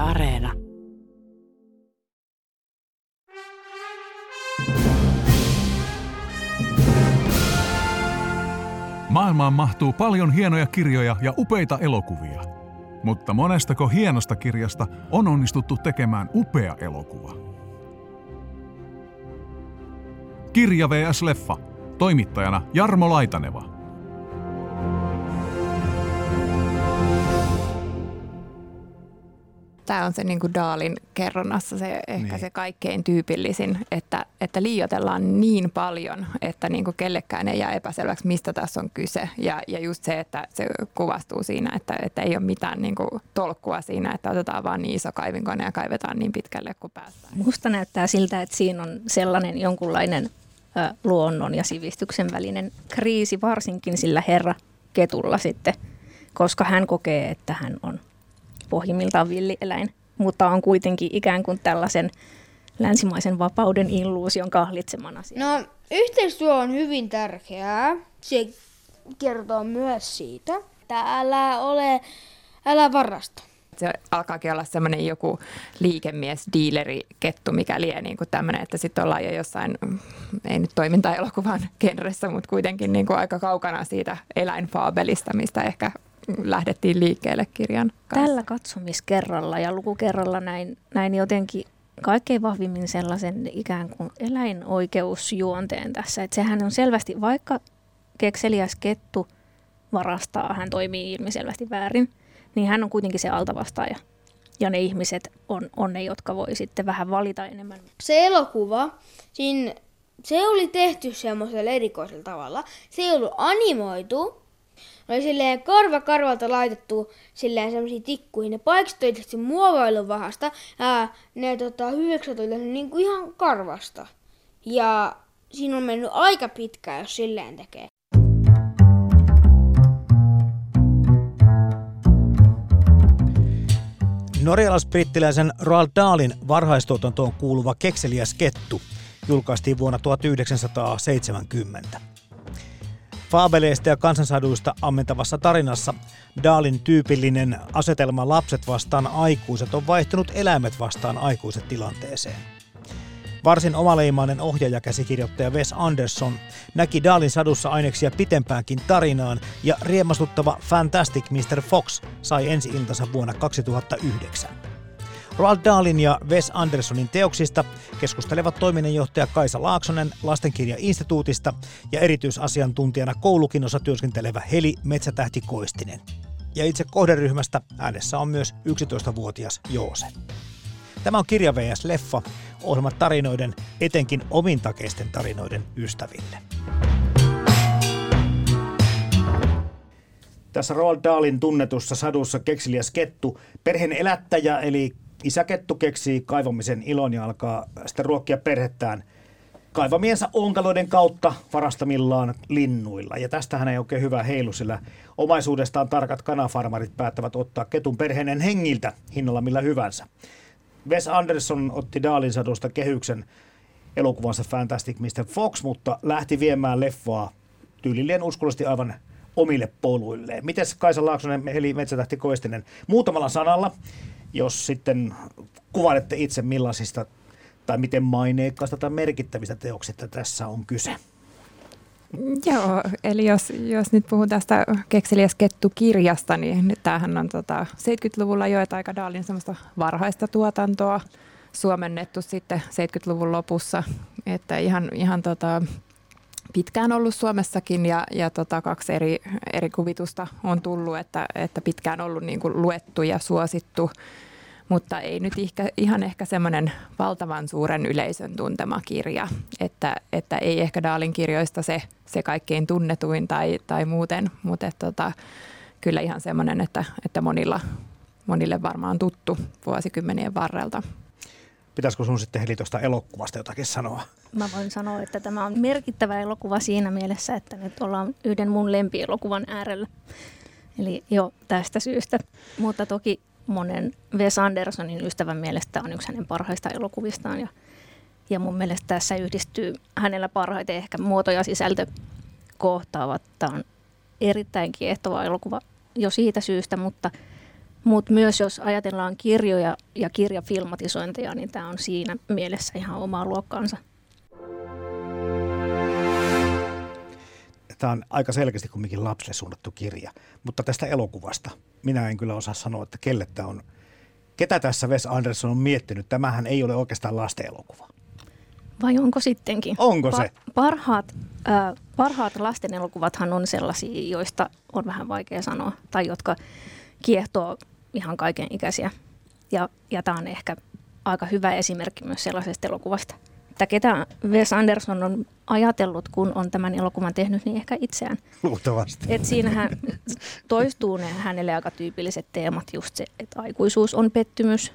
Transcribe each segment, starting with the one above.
Areena. Maailmaan mahtuu paljon hienoja kirjoja ja upeita elokuvia. Mutta monestako hienosta kirjasta on onnistuttu tekemään upea elokuva? Kirja vs. Leffa. Toimittajana Jarmo Laitaneva. Tämä on se niin kuin Dahlin kerronnassa se ehkä se kaikkein tyypillisin, että liioitellaan niin paljon, että niin kuin kellekään ei jää epäselväksi, mistä tässä on kyse. Ja just se, että se kuvastuu siinä, että ei ole mitään niin kuin tolkkua siinä, että otetaan vaan niin iso kaivinkone ja kaivetaan niin pitkälle kuin päästään. Musta näyttää siltä, että siinä on sellainen jonkunlainen luonnon ja sivistyksen välinen kriisi, varsinkin sillä herra Ketulla sitten, koska hän kokee, että hän on pohjimmiltaan villieläin, mutta on kuitenkin ikään kuin tällaisen länsimaisen vapauden illuusion kahlitsemana. No, yhteistyö on hyvin tärkeää. Se kertoo myös siitä, että älä varasta. Se alkaakin olla semmoinen joku liikemies, diileri, kettu, mikä lie niin kuin tämmöinen, että sitten ollaan jo jossain, ei nyt toimintaelokuvan genressä, mutta kuitenkin niin kuin aika kaukana siitä eläinfaabelista, mistä ehkä lähdettiin liikkeelle kirjan kanssa. Tällä katsomiskerralla ja lukukerralla näin jotenkin kaikkein vahvimmin sellaisen ikään kuin eläinoikeusjuonteen tässä. Että sehän on selvästi, vaikka kekseliäs kettu varastaa, hän toimii ilmiselvästi väärin, niin hän on kuitenkin se altavastaaja. Ja ne ihmiset on ne, jotka voi sitten vähän valita enemmän. Se elokuva, se oli tehty semmoisella erikoisella tavalla. Se ei ollut animoitu. Oli silleen karva karvalta laitettu silleen semmoisiin tikkuihin. Ne paikset oli tehty muovailuvahasta ja ne hyökset oli tehty niinku ihan karvasta. Ja siinä on mennyt aika pitkään, jos silleen tekee. Norjalais-brittiläisen Roald Dahlin varhaistuotantoon kuuluva kekseliäs kettu julkaistiin vuonna 1970. Faabeleista ja kansansaduista ammentavassa tarinassa Dahlin tyypillinen asetelma lapset vastaan aikuiset on vaihtunut eläimet vastaan aikuiset tilanteeseen. Varsin omaleimainen ohjaajakäsikirjoittaja Wes Anderson näki Dahlin sadussa aineksia pitempäänkin tarinaan ja riemastuttava Fantastic Mr. Fox sai ensi-iltansa vuonna 2009. Roald Dahlin ja Wes Andersonin teoksista keskustelevat toiminnanjohtaja Kaisa Laaksonen Lastenkirjainstituutista ja erityisasiantuntijana koulukinossa työskentelevä Heli Metsätähti-Koistinen. Ja itse kohderyhmästä äänessä on myös 11-vuotias Joose. Tämä on Kirja vs. Leffa, ohjelma tarinoiden, etenkin omintakeisten tarinoiden ystäville. Tässä Roald Dahlin tunnetussa sadussa kekseliäs kettu, perheen elättäjä eli isäkettu keksii kaivamisen ilon ja alkaa sitten ruokkia perhettään kaivamiensa onkaloiden kautta varastamillaan linnuilla. Ja tästähän ei oikein hyvä heilu, sillä omaisuudestaan tarkat kanafarmarit päättävät ottaa ketun perheen hengiltä hinnalla millä hyvänsä. Wes Anderson otti Dahlin sadusta kehyksen elokuvansa Fantastic Mr. Fox, mutta lähti viemään leffaa tyylilleen uskollisesti aivan omille poluilleen. Mites Kaisa Laaksonen, eli Metsätähti-Koistinen, muutamalla sanalla, jos sitten kuvailette itse millaisista tai miten maineikkaista tai merkittävistä teoksista tässä on kyse? Joo, eli jos nyt puhun tästä kekseliäs kettu-kirjasta, niin tämähän on 70-luvulla jo aika Dahlin semmoista varhaista tuotantoa suomennettu sitten 70-luvun lopussa, että ihan pitkään ollut Suomessakin ja kaksi eri kuvitusta on tullut, että pitkään ollut niin kuin luettu ja suosittu, mutta ei nyt ihan ehkä semmoinen valtavan suuren yleisön tuntema kirja, että ei ehkä Dahlin kirjoista se kaikkein tunnetuin tai muuten, mutta kyllä ihan semmoinen, että monille varmaan tuttu vuosikymmenien varrelta. Pitäisikö sun sitten Heli tuosta elokuvasta jotakin sanoa? Mä voin sanoa, että tämä on merkittävä elokuva siinä mielessä, että nyt ollaan yhden mun lempielokuvan äärellä. Eli jo tästä syystä. Mutta toki monen Wes Andersonin ystävän mielestä on yksi hänen parhaista elokuvistaan. Ja mun mielestä tässä yhdistyy hänellä parhaiten ehkä muoto ja sisältö kohtaavat. Tämä on erittäin kiehtova elokuva jo siitä syystä, mutta Mutta myös jos ajatellaan kirjoja ja kirjafilmatisointeja, niin tämä on siinä mielessä ihan omaa luokkaansa. Tämä on aika selkeästi kumminkin lapsille suunnattu kirja, mutta tästä elokuvasta minä en kyllä osaa sanoa, että kelle tämä on. Ketä tässä Wes Anderson on miettinyt? Tämähän ei ole oikeastaan lasten elokuva. Vai onko sittenkin? Onko se? Parhaat lasten elokuvathan on sellaisia, joista on vähän vaikea sanoa, tai jotka kiehtoo ihan kaiken ikäisiä. Ja tämä on ehkä aika hyvä esimerkki myös sellaisesta elokuvasta. Että ketä Wes Anderson on ajatellut, kun on tämän elokuvan tehnyt, niin ehkä itseään. Luultavasti. Et siinähän toistuu ne hänelle aika tyypilliset teemat, just se, että aikuisuus on pettymys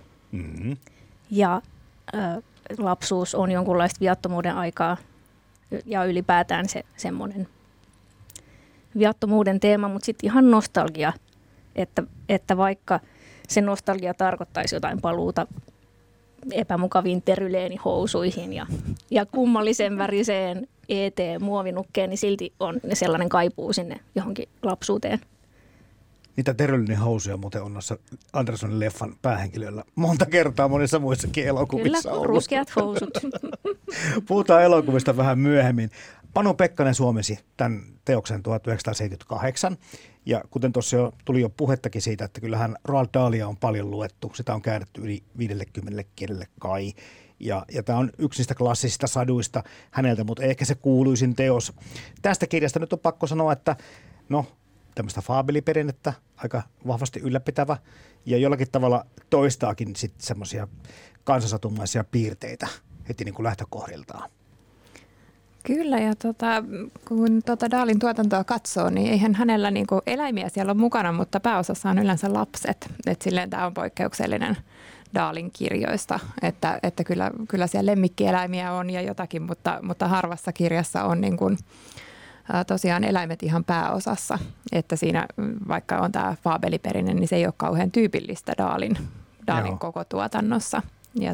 ja lapsuus on jonkunlaista viattomuuden aikaa ja ylipäätään se semmoinen viattomuuden teema, mutta sitten ihan nostalgia, että vaikka se nostalgia tarkoittaisi jotain paluuta epämukaviin teryleenihousuihin ja kummallisen väriseen ET-muovinukkeen, niin silti on sellainen kaipuu sinne johonkin lapsuuteen. Niitä teryleenihousuja muuten on noissa Andersonin leffan päähenkilöillä monta kertaa monissa muissakin elokuvissa. Kyllä, ruskeat housut. Puhutaan elokuvista vähän myöhemmin. Panu Pekkanen suomesi tämän teoksen 1978. Ja kuten tuossa tuli jo puhettakin siitä, että kyllähän Roald Dahlia on paljon luettu. Sitä on käännetty yli 50 kielelle kai. Ja tämä on yksi niistä klassisista saduista häneltä, mutta ehkä se kuuluisin teos. Tästä kirjasta nyt on pakko sanoa, että tämmöistä faabeliperinnettä aika vahvasti ylläpitävä ja jollakin tavalla toistaakin sitten semmoisia kansansatumaisia piirteitä heti niin kuin lähtökohdiltaan. Kyllä, ja kun Dahlin tuotantoa katsoo, niin eihän hänellä niinku eläimiä siellä ole mukana, mutta pääosassa on yleensä lapset. Et silleen tämä on poikkeuksellinen Dahlin kirjoista, että kyllä siellä lemmikkieläimiä on ja jotakin, mutta harvassa kirjassa on niin kuin, tosiaan eläimet ihan pääosassa. Että siinä vaikka on tämä faabeliperinne, niin se ei ole kauhean tyypillistä Dahlin koko tuotannossa. Ja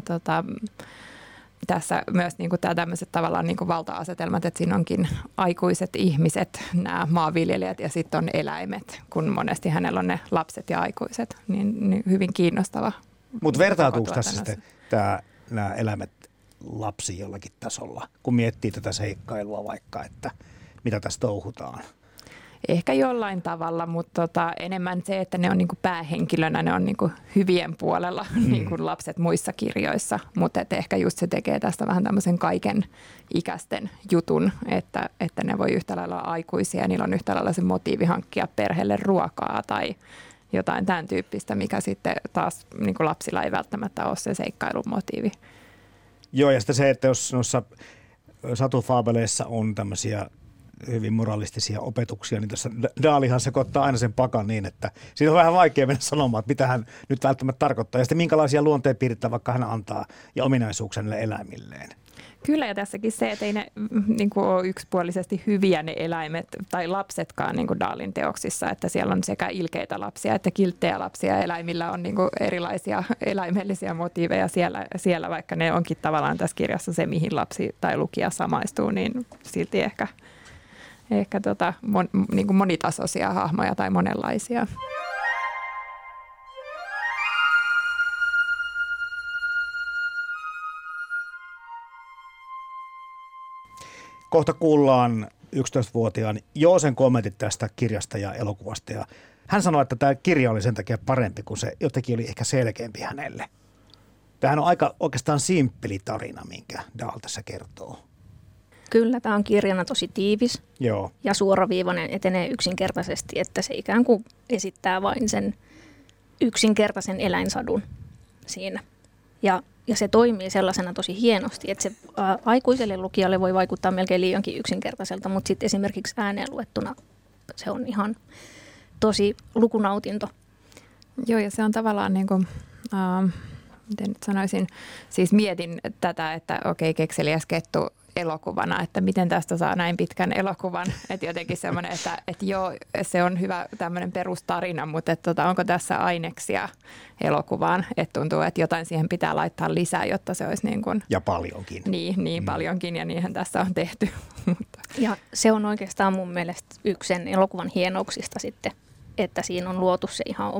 tässä myös niin kuin tämä tämmöiset tavallaan niin kuin valta-asetelmat, että siinä onkin aikuiset ihmiset, nämä maanviljelijät ja sitten on eläimet, kun monesti hänellä on ne lapset ja aikuiset, niin hyvin kiinnostava. Mutta vertautuuko tässä sitten nämä eläimet lapsiin jollakin tasolla, kun miettii tätä seikkailua vaikka, että mitä tässä touhutaan? Ehkä jollain tavalla, mutta enemmän se, että ne on niin kuin päähenkilönä, ne on niin kuin hyvien puolella niin kuin lapset muissa kirjoissa, mutta ehkä just se tekee tästä vähän tämmöisen kaiken ikäisten jutun, että ne voi yhtä lailla olla aikuisia ja niillä on yhtä lailla se motiivi hankkia perheelle ruokaa tai jotain tämän tyyppistä, mikä sitten taas niin kuin lapsilla ei välttämättä ole se seikkailun motiivi. Joo, ja sitten se, että jos noissa satufaabeleissa on tämmöisiä hyvin moralistisia opetuksia, niin tuossa Dahlihan sekoittaa aina sen pakan niin, että siitä on vähän vaikea mennä sanomaan, että mitä hän nyt välttämättä tarkoittaa. Ja sitten minkälaisia luonteenpiirteitä vaikka hän antaa ja ominaisuuksia niille eläimilleen. Kyllä, ja tässäkin se, että ei ne niin kuin ole yksipuolisesti hyviä ne eläimet tai lapsetkaan niin kuin Dahlin teoksissa, että siellä on sekä ilkeitä lapsia että kilttejä lapsia. Eläimillä on niin kuin erilaisia eläimellisiä motiiveja siellä, vaikka ne onkin tavallaan tässä kirjassa se, mihin lapsi tai lukija samaistuu, niin silti ehkä niin kuin monitasoisia hahmoja tai monenlaisia. Kohta kuullaan 11-vuotiaan Joosen kommentit tästä kirjasta ja elokuvasta. Ja hän sanoi, että tämä kirja oli sen takia parempi, kun se jotenkin oli ehkä selkeämpi hänelle. Tämähän on aika oikeastaan simppeli tarina, minkä Dahl tässä kertoo. Kyllä, tämä on kirjana tosi tiivis. Joo. Ja suoraviivainen, etenee yksinkertaisesti, että se ikään kuin esittää vain sen yksinkertaisen eläinsadun siinä. Ja se toimii sellaisena tosi hienosti, että se aikuiselle lukijalle voi vaikuttaa melkein liiankin yksinkertaiselta, mutta sitten esimerkiksi ääneen luettuna se on ihan tosi lukunautinto. Joo, ja se on tavallaan niin kuin, miten nyt sanoisin, siis mietin tätä, että okei, kekseliäs kettu elokuvana, että miten tästä saa näin pitkän elokuvan, että jotenkin semmoinen, että joo, se on hyvä tämmöinen perustarina, mutta että onko tässä aineksia elokuvaan, että tuntuu, että jotain siihen pitää laittaa lisää, jotta se olisi niin kuin... Ja paljonkin. Niin paljonkin, ja niinhän tässä on tehty. Ja se on oikeastaan mun mielestä yksi sen elokuvan hienouksista sitten, että siinä on luotu se ihan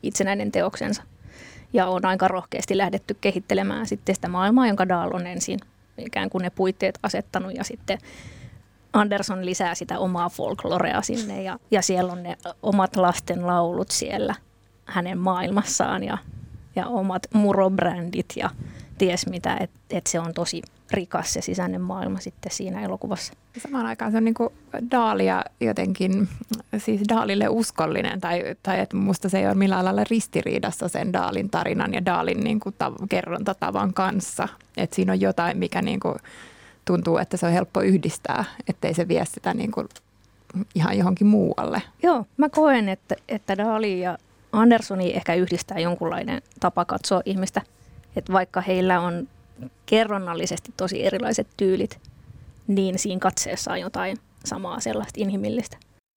itsenäinen teoksensa. Ja on aika rohkeasti lähdetty kehittelemään sitten sitä maailmaa, jonka Dahl on ensin ikään kuin ne puitteet asettanut ja sitten Anderson lisää sitä omaa folklorea sinne ja siellä on ne omat lastenlaulut siellä hänen maailmassaan ja omat murobrändit ja ties mitä, että se on tosi rikas se sisäinen maailma sitten siinä elokuvassa. Samaan aikaan se on niin kuin Dahlia jotenkin, siis Dahlille uskollinen, tai että musta se ei ole millään lailla ristiriidassa sen Dahlin tarinan ja Dahlin niin kuin kerrontatavan kanssa. Että siinä on jotain, mikä niin kuin tuntuu, että se on helppo yhdistää, ettei se vie sitä niin kuin ihan johonkin muualle. Joo, mä koen, että Dahlia ja Andersoni ehkä yhdistää jonkunlainen tapa katsoa ihmistä, että vaikka heillä on kerronnallisesti tosi erilaiset tyylit, niin siinä katseessa on jotain samaa sellaista inhimillistä.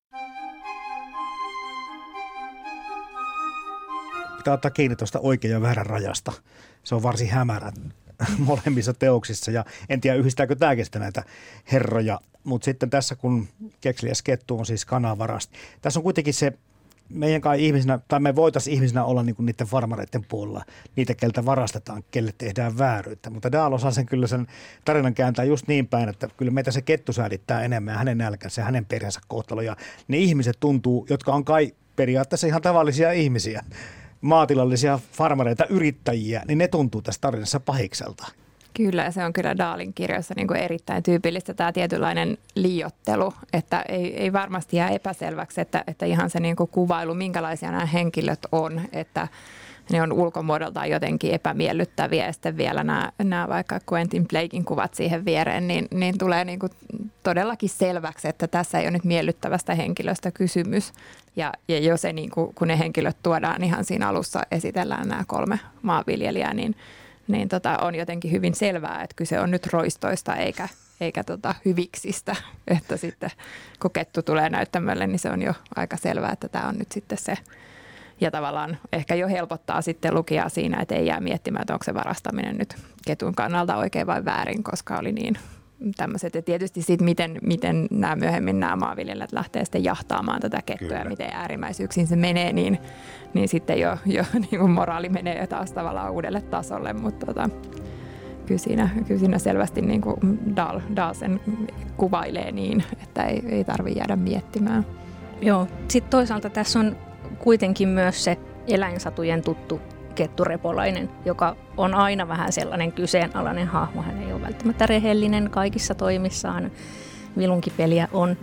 Pitää ottaa kiinni tuosta oikean ja väärän rajasta. Se on varsin hämärä molemmissa teoksissa ja en tiedä yhdistääkö tämäkin sitten näitä herroja. Mutta sitten tässä kun kekseliäs kettu on siis kanavarasti. Tässä on kuitenkin se meidän kai ihmisinä, tai me voitaisiin ihmisinä olla niinku niiden farmareiden puolella, niitä keltä varastetaan, kelle tehdään vääryyttä. Mutta Dahl osaa sen kyllä sen tarinan kääntää just niin päin, että kyllä meitä se kettu säädittää enemmän ja hänen nälkänsä ja hänen perheensä kohtalo. Ja ne ihmiset tuntuu, jotka on kai periaatteessa ihan tavallisia ihmisiä, maatilallisia farmareita, yrittäjiä, niin ne tuntuu tässä tarinassa pahikselta. Kyllä, se on kyllä Dahlin kirjoissa niin kuin erittäin tyypillistä tämä tietynlainen liioittelu, että ei varmasti jää epäselväksi, että ihan se niin kuin kuvailu, minkälaisia nämä henkilöt on, että ne on ulkomuodoltaan jotenkin epämiellyttäviä ja sitten vielä nämä vaikka Quentin Blaken kuvat siihen viereen, niin tulee niin kuin todellakin selväksi, että tässä ei ole nyt miellyttävästä henkilöstä kysymys. Ja jos se, niin kuin, kun ne henkilöt tuodaan ihan siinä alussa, esitellään nämä 3 maanviljelijää, niin on jotenkin hyvin selvää, että kyse on nyt roistoista eikä hyviksistä. Että sitten kun kettu tulee näyttämölle, niin se on jo aika selvää, että tämä on nyt sitten se. Ja tavallaan ehkä jo helpottaa sitten lukijaa siinä, että ei jää miettimään, että onko se varastaminen nyt ketun kannalta oikein vai väärin, koska oli niin tämmöiset. Ja tietysti sitten, miten nämä maanviljelijät lähtee sitten jahtaamaan tätä kettua ja miten äärimmäisyyksiin se menee, niin sitten jo niin kuin moraali menee jo taas tavallaan uudelle tasolle. Mutta kyllä siinä selvästi niin kuin Dahl sen kuvailee niin, että ei tarvitse jäädä miettimään. Joo, sitten toisaalta tässä on kuitenkin myös se eläinsatujen tuttu Kettu Repolainen, joka on aina vähän sellainen kyseenalainen hahmo. Hän ei ole välttämättä rehellinen kaikissa toimissaan. Vilunkipeliä on.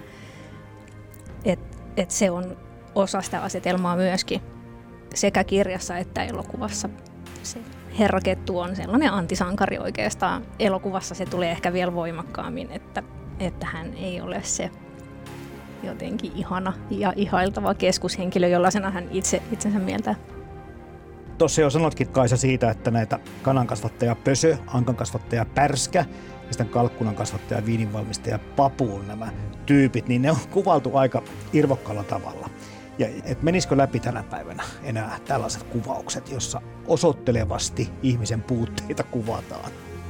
Et se on osa sitä asetelmaa myöskin sekä kirjassa että elokuvassa. Se herra Kettu on sellainen antisankari oikeastaan. Elokuvassa se tulee ehkä vielä voimakkaammin, että hän ei ole se jotenkin ihana ja ihailtava keskushenkilö, jollaisena hän itsensä mieltää. Tuossa jo sanotkin, Kaisa, siitä, että näitä kanankasvattaja Pösö, ankankasvattaja Pärskä ja sitten kalkkunan kasvattaja, viininvalmistaja Papuun nämä tyypit, niin ne on kuvailtu aika irvokkaalla tavalla. Ja menisikö läpi tänä päivänä enää tällaiset kuvaukset, jossa osoittelevasti ihmisen puutteita kuvataan?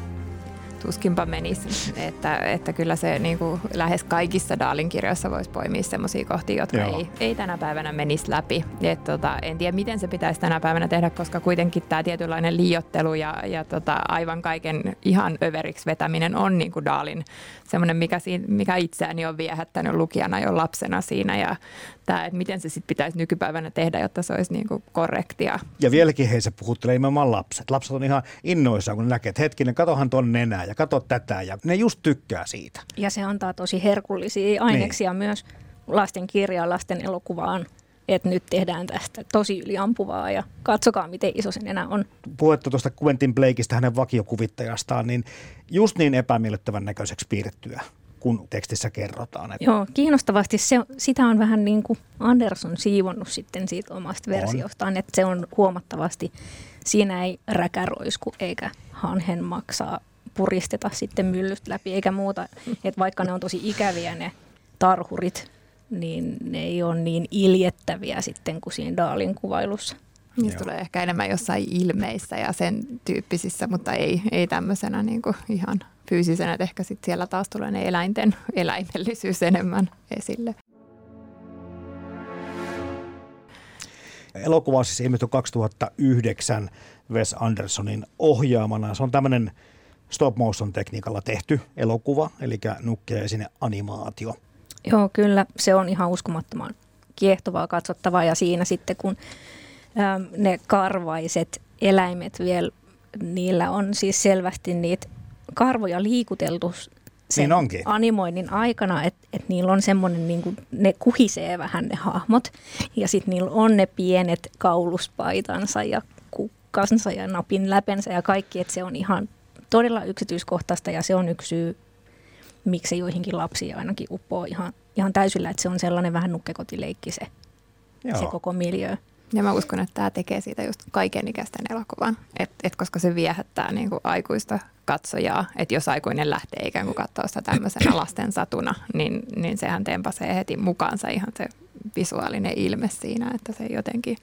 Tuskinpa menisi, että kyllä se niin kuin lähes kaikissa Dahlin kirjoissa voisi poimia semmoisia kohtia, jotka ei tänä päivänä menisi läpi. En tiedä, miten se pitäisi tänä päivänä tehdä, koska kuitenkin tämä tietynlainen liioittelu ja aivan kaiken ihan överiksi vetäminen on niin kuin Dahlin semmoinen, mikä itseäni on viehättänyt lukijana jo lapsena siinä. Ja tämä, että miten se sitten pitäisi nykypäivänä tehdä, jotta se olisi niin kuin korrektia. Ja vieläkin heissä puhuttelee nimenomaan lapset. Lapset on ihan innoissaan, kun ne näkee, että hetkinen, katohan tuon nenää ja kato tätä. Ja ne just tykkää siitä. Ja se antaa tosi herkullisia aineksia myös lasten kirjaan, lasten elokuvaan. Että nyt tehdään tästä tosi yliampuvaa ja katsokaa, miten iso se nenä on. Puhuttu tuosta Quentin Blakeista, hänen vakiokuvittajastaan, niin just niin epämiellyttävän näköiseksi piirrettyä, kun tekstissä kerrotaan. Että joo, kiinnostavasti sitä on vähän niin kuin Anderson siivonnut sitten siitä omasta versiostaan, että se on huomattavasti, siinä ei räkäroisku eikä hanhen maksaa puristeta sitten myllystä läpi eikä muuta, että vaikka ne on tosi ikäviä ne tarhurit, niin ne ei ole niin iljettäviä sitten kuin siinä Dahlin kuvailussa. Niistä tulee ehkä enemmän jossain ilmeissä ja sen tyyppisissä, mutta ei tämmöisenä niin kuin ihan fyysisenä. Että ehkä sitten siellä taas tulee ne eläinten eläimellisyys enemmän esille. Elokuva on siis ilmestyi 2009 Wes Andersonin ohjaamana. Se on tämmöinen stop motion tekniikalla tehty elokuva, eli nukke- ja esineanimaatio. Joo, kyllä. Se on ihan uskomattoman kiehtovaa katsottavaa ja siinä sitten kun ne karvaiset eläimet vielä, niillä on siis selvästi niitä karvoja liikuteltu sen animoinnin aikana, että niillä on semmoinen, niin kuin, ne kuhisee vähän ne hahmot ja sitten niillä on ne pienet kauluspaitansa ja kukkansa ja napin läpensä ja kaikki, että se on ihan todella yksityiskohtaista ja se on yksi syy, miksi se joihinkin lapsia ainakin uppoo ihan täysillä, että se on sellainen vähän nukkekotileikki se koko miljöö. Ja mä uskon, että tämä tekee siitä just kaikenikäisten elokuvan, et koska se viehättää niin kuin aikuista katsojaa, että jos aikuinen lähtee ikään kuin katsoa sitä tämmöisenä lasten satuna, niin sehän tempasee heti mukaansa ihan se visuaalinen ilme siinä, että se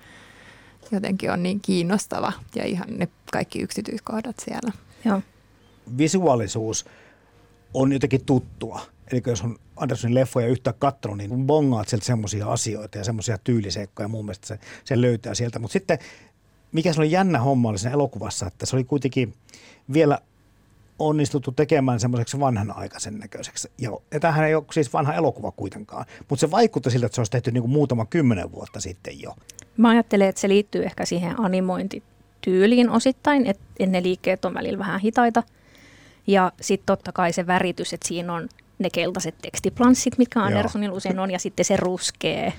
jotenkin on niin kiinnostava ja ihan ne kaikki yksityiskohdat siellä. Joo. Visuaalisuus on jotenkin tuttua. Eli jos on Andersonin leffoja yhtään katsonut, niin bongaat sieltä semmoisia asioita ja semmoisia tyyliseikkoja. Mun mielestä se löytää sieltä. Mutta sitten, mikä se oli jännä homma oli siinä elokuvassa, että se oli kuitenkin vielä onnistuttu tekemään semmoiseksi vanhanaikaisen näköiseksi. Ja tämähän ei ole siis vanha elokuva kuitenkaan, mutta se vaikutti siltä, että se olisi tehty niin kuin muutama 10 vuotta sitten jo. Mä ajattelen, että se liittyy ehkä siihen animointityyliin osittain, että ne liikkeet on välillä vähän hitaita. Ja sitten totta kai se väritys, että siinä on ne keltaiset tekstiplanssit, mitkä Andersonilla usein on, ja sitten se ruskea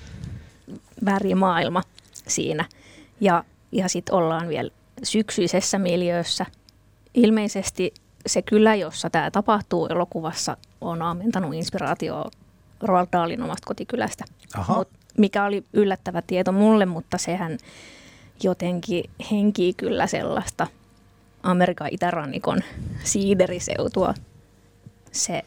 värimaailma siinä. Ja sitten ollaan vielä syksyisessä miljöössä. Ilmeisesti se kylä, jossa tämä tapahtuu elokuvassa, on ammentanut inspiraatio Roald Dahlin omasta kotikylästä. Mikä oli yllättävä tieto mulle, mutta sehän jotenkin henkii kyllä sellaista Amerikan itärannikon siideriseutua. Se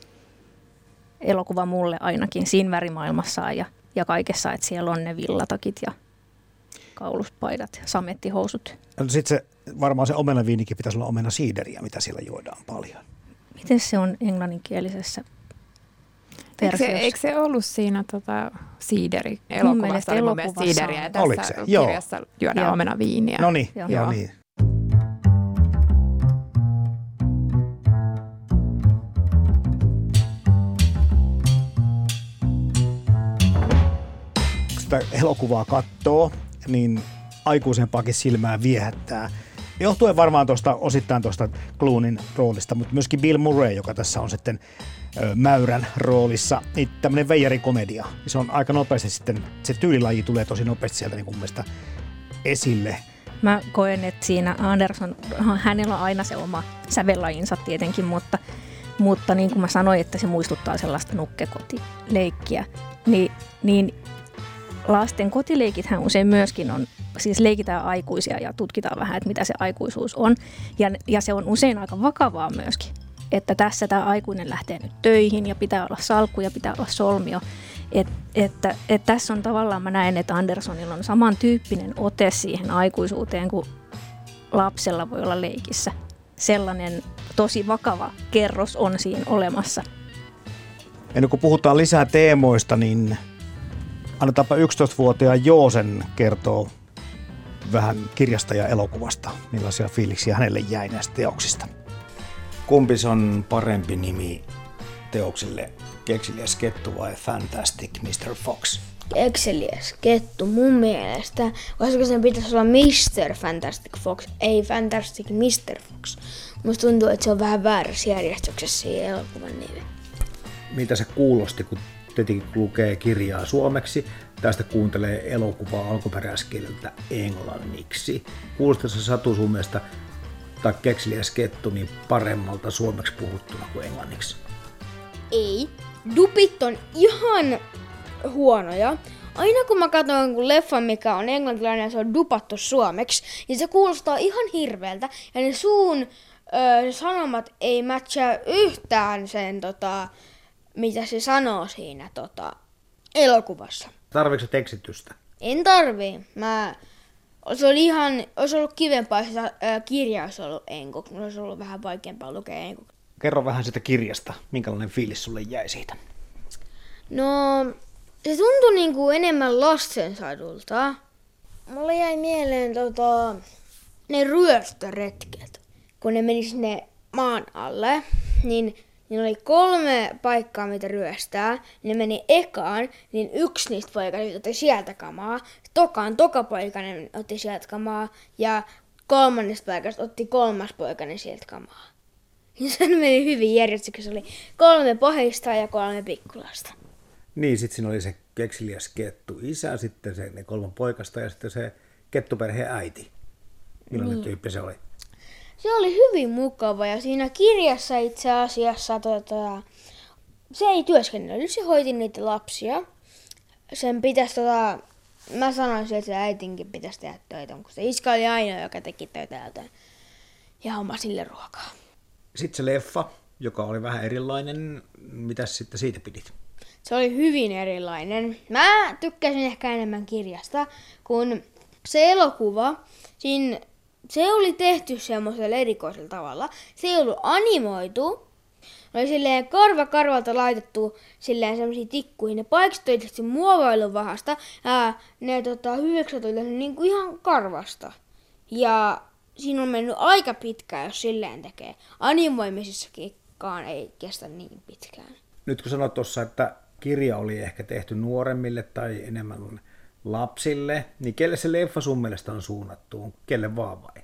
elokuva mulle ainakin siinä värimaailmassaan ja kaikessa, että siellä on ne villatakit ja kauluspaidat ja samettihousut. Sitten varmaan se omenaviinikin pitäisi olla omenasiideriä, mitä siellä juodaan paljon. Miten se on englanninkielisessä versiossa? Eikö se ollut siinä siideri-elokuvassa? Mun mielestä siideriä ja tässä kirjassa juodaan omenaviiniä. No niin, joo niin. Sitä elokuvaa katsoo, niin aikuisempaakin silmää viehättää. Johtuen varmaan osittain tuosta Clooneyn roolista, mutta myöskin Bill Murray, joka tässä on sitten mäyrän roolissa, niin tämmöinen veijarikomedia. Se on aika nopeasti sitten, se tyylilaji tulee tosi nopeasti sieltä niin kuin mielestä esille. Mä koen, että siinä Anderson, hänellä on aina se oma sävellajinsa tietenkin, mutta niin kuin mä sanoin, että se muistuttaa sellaista nukkekotileikkiä, niin lasten kotileikithän usein myöskin on, siis leikitään aikuisia ja tutkitaan vähän, että mitä se aikuisuus on. Ja se on usein aika vakavaa myöskin, että tässä tämä aikuinen lähtee nyt töihin ja pitää olla salkku ja pitää olla solmio. Että tässä on tavallaan, mä näen, että Andersonilla on samantyyppinen ote siihen aikuisuuteen kuin lapsella voi olla leikissä. Sellainen tosi vakava kerros on siinä olemassa. Ennen kuin puhutaan lisää teemoista, niin annetaanpa 11-vuotiaan Joosen kertoo vähän kirjasta ja elokuvasta, millaisia fiiliksiä hänelle jäi näistä teoksista. Kumpi on parempi nimi teoksille, Kekseliäs kettu vai Fantastic Mr. Fox? Kekseliäs kettu mun mielestä, koska sen pitäisi olla Mr. Fantastic Fox, ei Fantastic Mr. Fox. Musta tuntuu, että se on vähän väärässä järjestyksessä siinä elokuvan nimi. Mitä se kuulosti, kun tietenkin lukee kirjaa suomeksi, tästä kuuntelee elokuvaa alkuperäiskieleltä englanniksi. Kuulostaa se Satu sun mielestä, tai Kekseliäs kettu, niin paremmalta suomeksi puhuttuna kuin englanniksi? Ei. Dupit on ihan huonoja. Aina kun mä katson jonkun leffan, mikä on englantilainen ja se on dupattu suomeksi, niin se kuulostaa ihan hirveältä. Ja ne suun sanomat ei matchaa yhtään sen, mitä se sanoo siinä elokuvassa. Tarviiko tekstitystä? En tarvii. Olisi ollut kivempaa, jos kirja olisi ollut enkuksi. Olisi ollut vähän vaikeampaa lukea enkuksi. Kerro vähän sitä kirjasta. Minkälainen fiilis sulle jäi siitä? No, se tuntui niinku enemmän lastensadulta. Mulle jäi mieleen ne ryöstöretket. Kun ne meni sinne maan alle, niin oli 3 paikkaa, mitä ryöstää. Ne meni ekaan, niin yksi niistä poikaista otti sieltä kamaa. Toka poikainen otti sieltä kamaa. Ja 3. paikasta otti 3. poikainen sieltä kamaa. Ja se meni hyvin järjestyksessä. Oli 3 pahista ja 3 pikkulasta. Niin, sitten siinä oli se kekseliäs kettu isä, sitten ne 3 poikasta ja sitten se kettuperheen äiti. Millainen tyyppi se oli? Se oli hyvin mukava ja siinä kirjassa itse asiassa se ei työskennellyt, se hoiti niitä lapsia. Sen pitäisi mä sanoisin, että se äitinkin pitäisi tehdä töitä, kun se iskä oli ainoa, joka teki töitä ja homma sille ruokaa. Sitten se leffa, joka oli vähän erilainen, mitäs sitten siitä pidit? Se oli hyvin erilainen. Mä tykkäsin ehkä enemmän kirjasta, kun se elokuva, se oli tehty semmoisella erikoisella tavalla. Se ei ollut animoitu. Oli silleen karvalta laitettu silleen semmoisiin tikkuihin. Ne paikset oli tehty muovailuvahasta ja ne hyökset oli tehty niinku ihan karvasta. Ja siinä on mennyt aika pitkään, jos silleen tekee. Animoimisessakaan ei kestä niin pitkään. Nyt kun sanoit tuossa, että kirja oli ehkä tehty nuoremmille tai enemmän lapsille, niin kelle se leffa sun mielestä on suunnattu? Kelle vaan vai?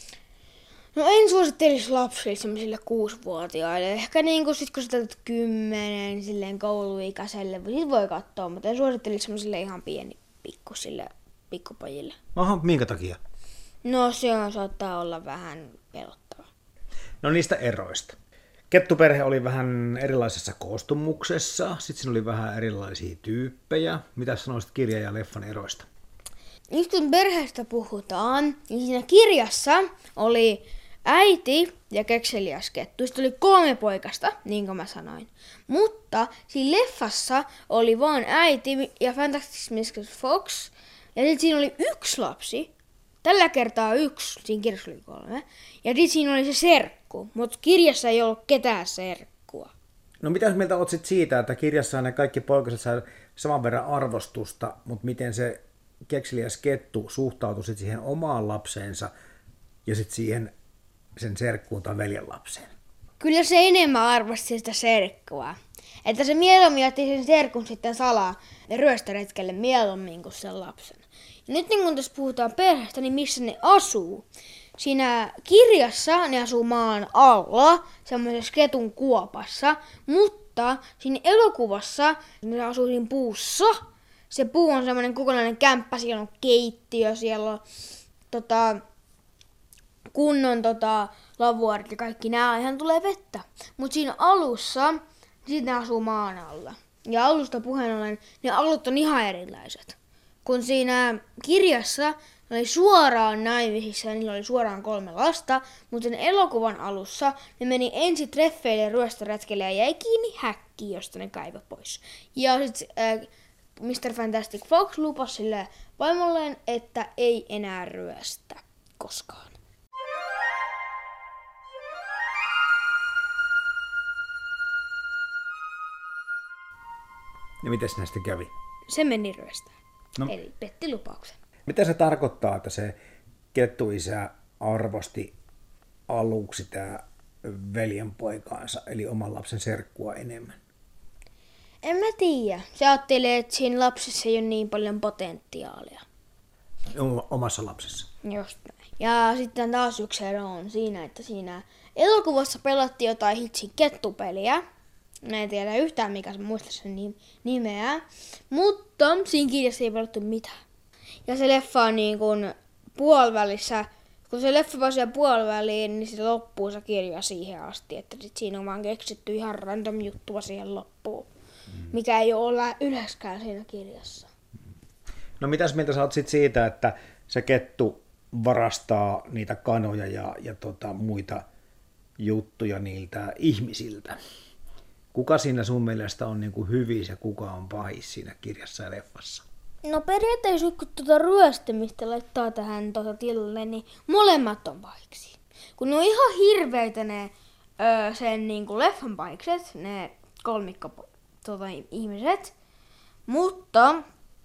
No en suosittelisi lapsille semmoisille 6-vuotiaille. Ehkä niinku sit kun sä täytät 10, silleen kouluikäiselle, sit voi katsoa, mutta en suosittelisi semmoisille ihan pikkusille pikkupojille. Aha, minkä takia? No se saattaa olla vähän pelottava. No niistä eroista. Kettuperhe oli vähän erilaisessa koostumuksessa, sitten siinä oli vähän erilaisia tyyppejä. Mitä sanoisit kirjan ja leffan eroista? Nyt kun perheestä puhutaan, niin siinä kirjassa oli äiti ja kekseliäs kettu. Sitten oli 3 poikasta, niin kuin mä sanoin. Mutta siinä leffassa oli vain äiti ja Fantastic Mr. Fox. Ja sitten siinä oli 1 lapsi. Tällä kertaa 1, siinä kirjassa oli 3. Ja sitten siinä oli se serkku, mutta kirjassa ei ollut ketään serkkua. No mitäs mieltä oot sit siitä, että kirjassa ne kaikki poikaset sai saman verran arvostusta, mutta miten se kekseliäs kettu suhtautui sit siihen omaan lapseensa ja sitten siihen sen serkkuun tai veljen lapseen? Kyllä se enemmän arvosti sitä serkkua. Että se mieluummin otti sen serkun sitten salaa ryöstöretkelle mieluummin kuin sen lapsen. Ja nyt niin kun tässä puhutaan perheestä, niin missä ne asuu? Siinä kirjassa ne asuu maan alla, semmoisessa ketun kuopassa, mutta siinä elokuvassa ne asuu siinä puussa. Se puu on semmoinen kokonainen kämppä, siellä on keittiö, siellä on kunnon lavuaarit ja kaikki nää, ihan tulee vettä. Mutta siinä alussa, sitten ne asuu maan alla. Ja alusta puheen ollen, ne alut on ihan erilaiset. Kun siinä kirjassa oli suoraan naimisissa ja niillä oli suoraan 3 lasta, mutta sen elokuvan alussa ne meni ensin treffeille ryöstöretkelle ja jäi kiinni häkkiin, josta ne kaiva pois. Ja sitten Mr. Fantastic Fox lupasi sille vaimolleen, että ei enää ryöstä koskaan. Ja miten näistä kävi? Se meni ryöstään. No. Eli petti lupauksen. Mitä se tarkoittaa, että se kettuisä arvosti aluksi tää veljenpoikaansa, eli oman lapsen serkkua enemmän? En mä tiedä. Se ajattelee, että siinä lapsessa ei ole niin paljon potentiaalia. Omassa lapsessa. Just näin. Ja sitten taas yksi ero on siinä, että siinä elokuvassa pelattiin jotain hitsin kettupeliä. Mä en tiedä yhtään, mikä se muista sen nimeä. Mutta siinä kirjassa ei pelattu mitään. Ja se leffa on niin kuin puolivälissä. Kun se leffa pääsee puoliväliin, niin se loppuu se kirja siihen asti. Että sit siinä on vaan keksitty ihan random juttua siihen loppuun. Mikä ei ole ylöskään siinä kirjassa. No mitäs mieltä sä oot sit siitä, että se kettu varastaa niitä kanoja ja muita juttuja niiltä ihmisiltä? Kuka siinä sun mielestä on niinku hyvis ja kuka on pahis siinä kirjassa ja leffassa? No periaatteessa kun ryöstämistä laittaa tähän tilalle, niin molemmat on pahiksi. Kun ne on ihan hirveitä ne sen niinku leffan pahikset, ne kolmikko ihmiset. Mutta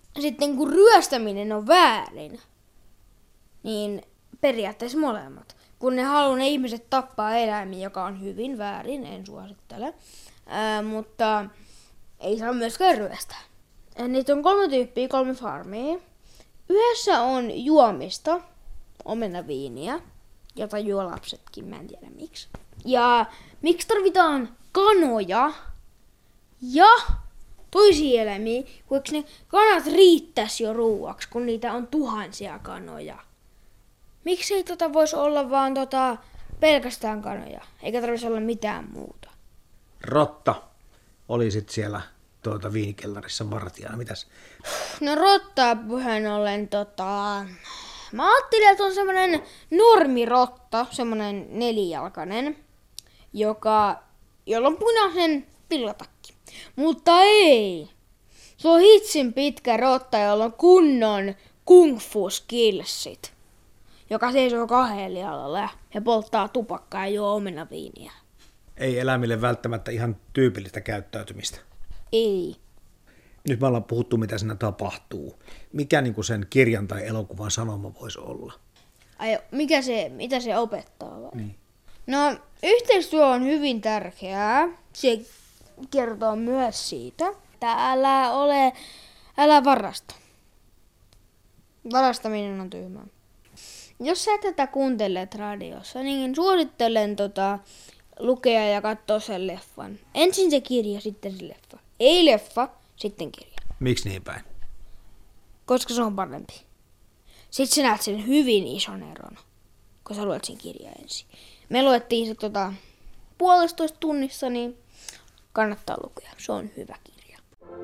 sitten kun ryöstäminen on väärin, niin periaatteessa molemmat. Kun ne ihmiset tappaa eläimiä, joka on hyvin väärin, en suosittele, mutta ei saa myöskään ryöstää. Niitä on 3 tyyppiä, 3 farmia. Yhdessä on juomista, omenaviiniä, jota juo lapsetkin, mä en tiedä miksi. Ja miksi tarvitaan kanoja ja toisia eläimiä, kun ne kanat riittäisi jo ruuaksi, kun niitä on tuhansia kanoja. Miksi ei voisi olla vaan pelkästään kanoja, eikä tarvitsisi olla mitään muuta? Rotta oli sitten siellä viinikellarissa vartijana. Mitäs? No rottaa puheen ollen mä ajattelin, että on semmonen normirotta, semmonen 4-jalkainen, jolla on punaisen pillatakki. Mutta ei! Se on hitsin pitkä rotta, jolla on kunnon kung fu skillsit, joka seisoo 2 jalalla ja polttaa tupakkaa ja juo omenaviiniä. Ei eläimille välttämättä ihan tyypillistä käyttäytymistä. Ei. Nyt me ollaan puhuttu, mitä siinä tapahtuu. Mikä niin kuin sen kirjan tai elokuvan sanoma voisi olla? Ai, mitä se opettaa vai? Niin. No, yhteistyö on hyvin tärkeää. Se kertoo myös siitä, että älä varasta. Varastaminen on tyhmää. Jos sä tätä kuuntelet radiossa, niin suosittelen lukea ja katsoa sen leffan. Ensin se kirja, sitten se leffa. Ei leffa, sitten kirja. Miksi niin päin? Koska se on parempi. Sitten sä näet sen hyvin ison eron, kun sä luet sen kirjan ensin. Me luettiin se 1,5 tunnissa, niin kannattaa lukea. Se on hyvä kirja.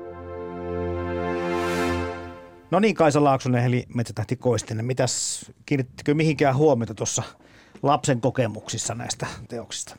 No niin, Kaisa Laaksonen, eli Metsätähti Koistinen. Mitäs, kiinnittikö mihinkään huomiota tuossa lapsen kokemuksissa näistä teoksista?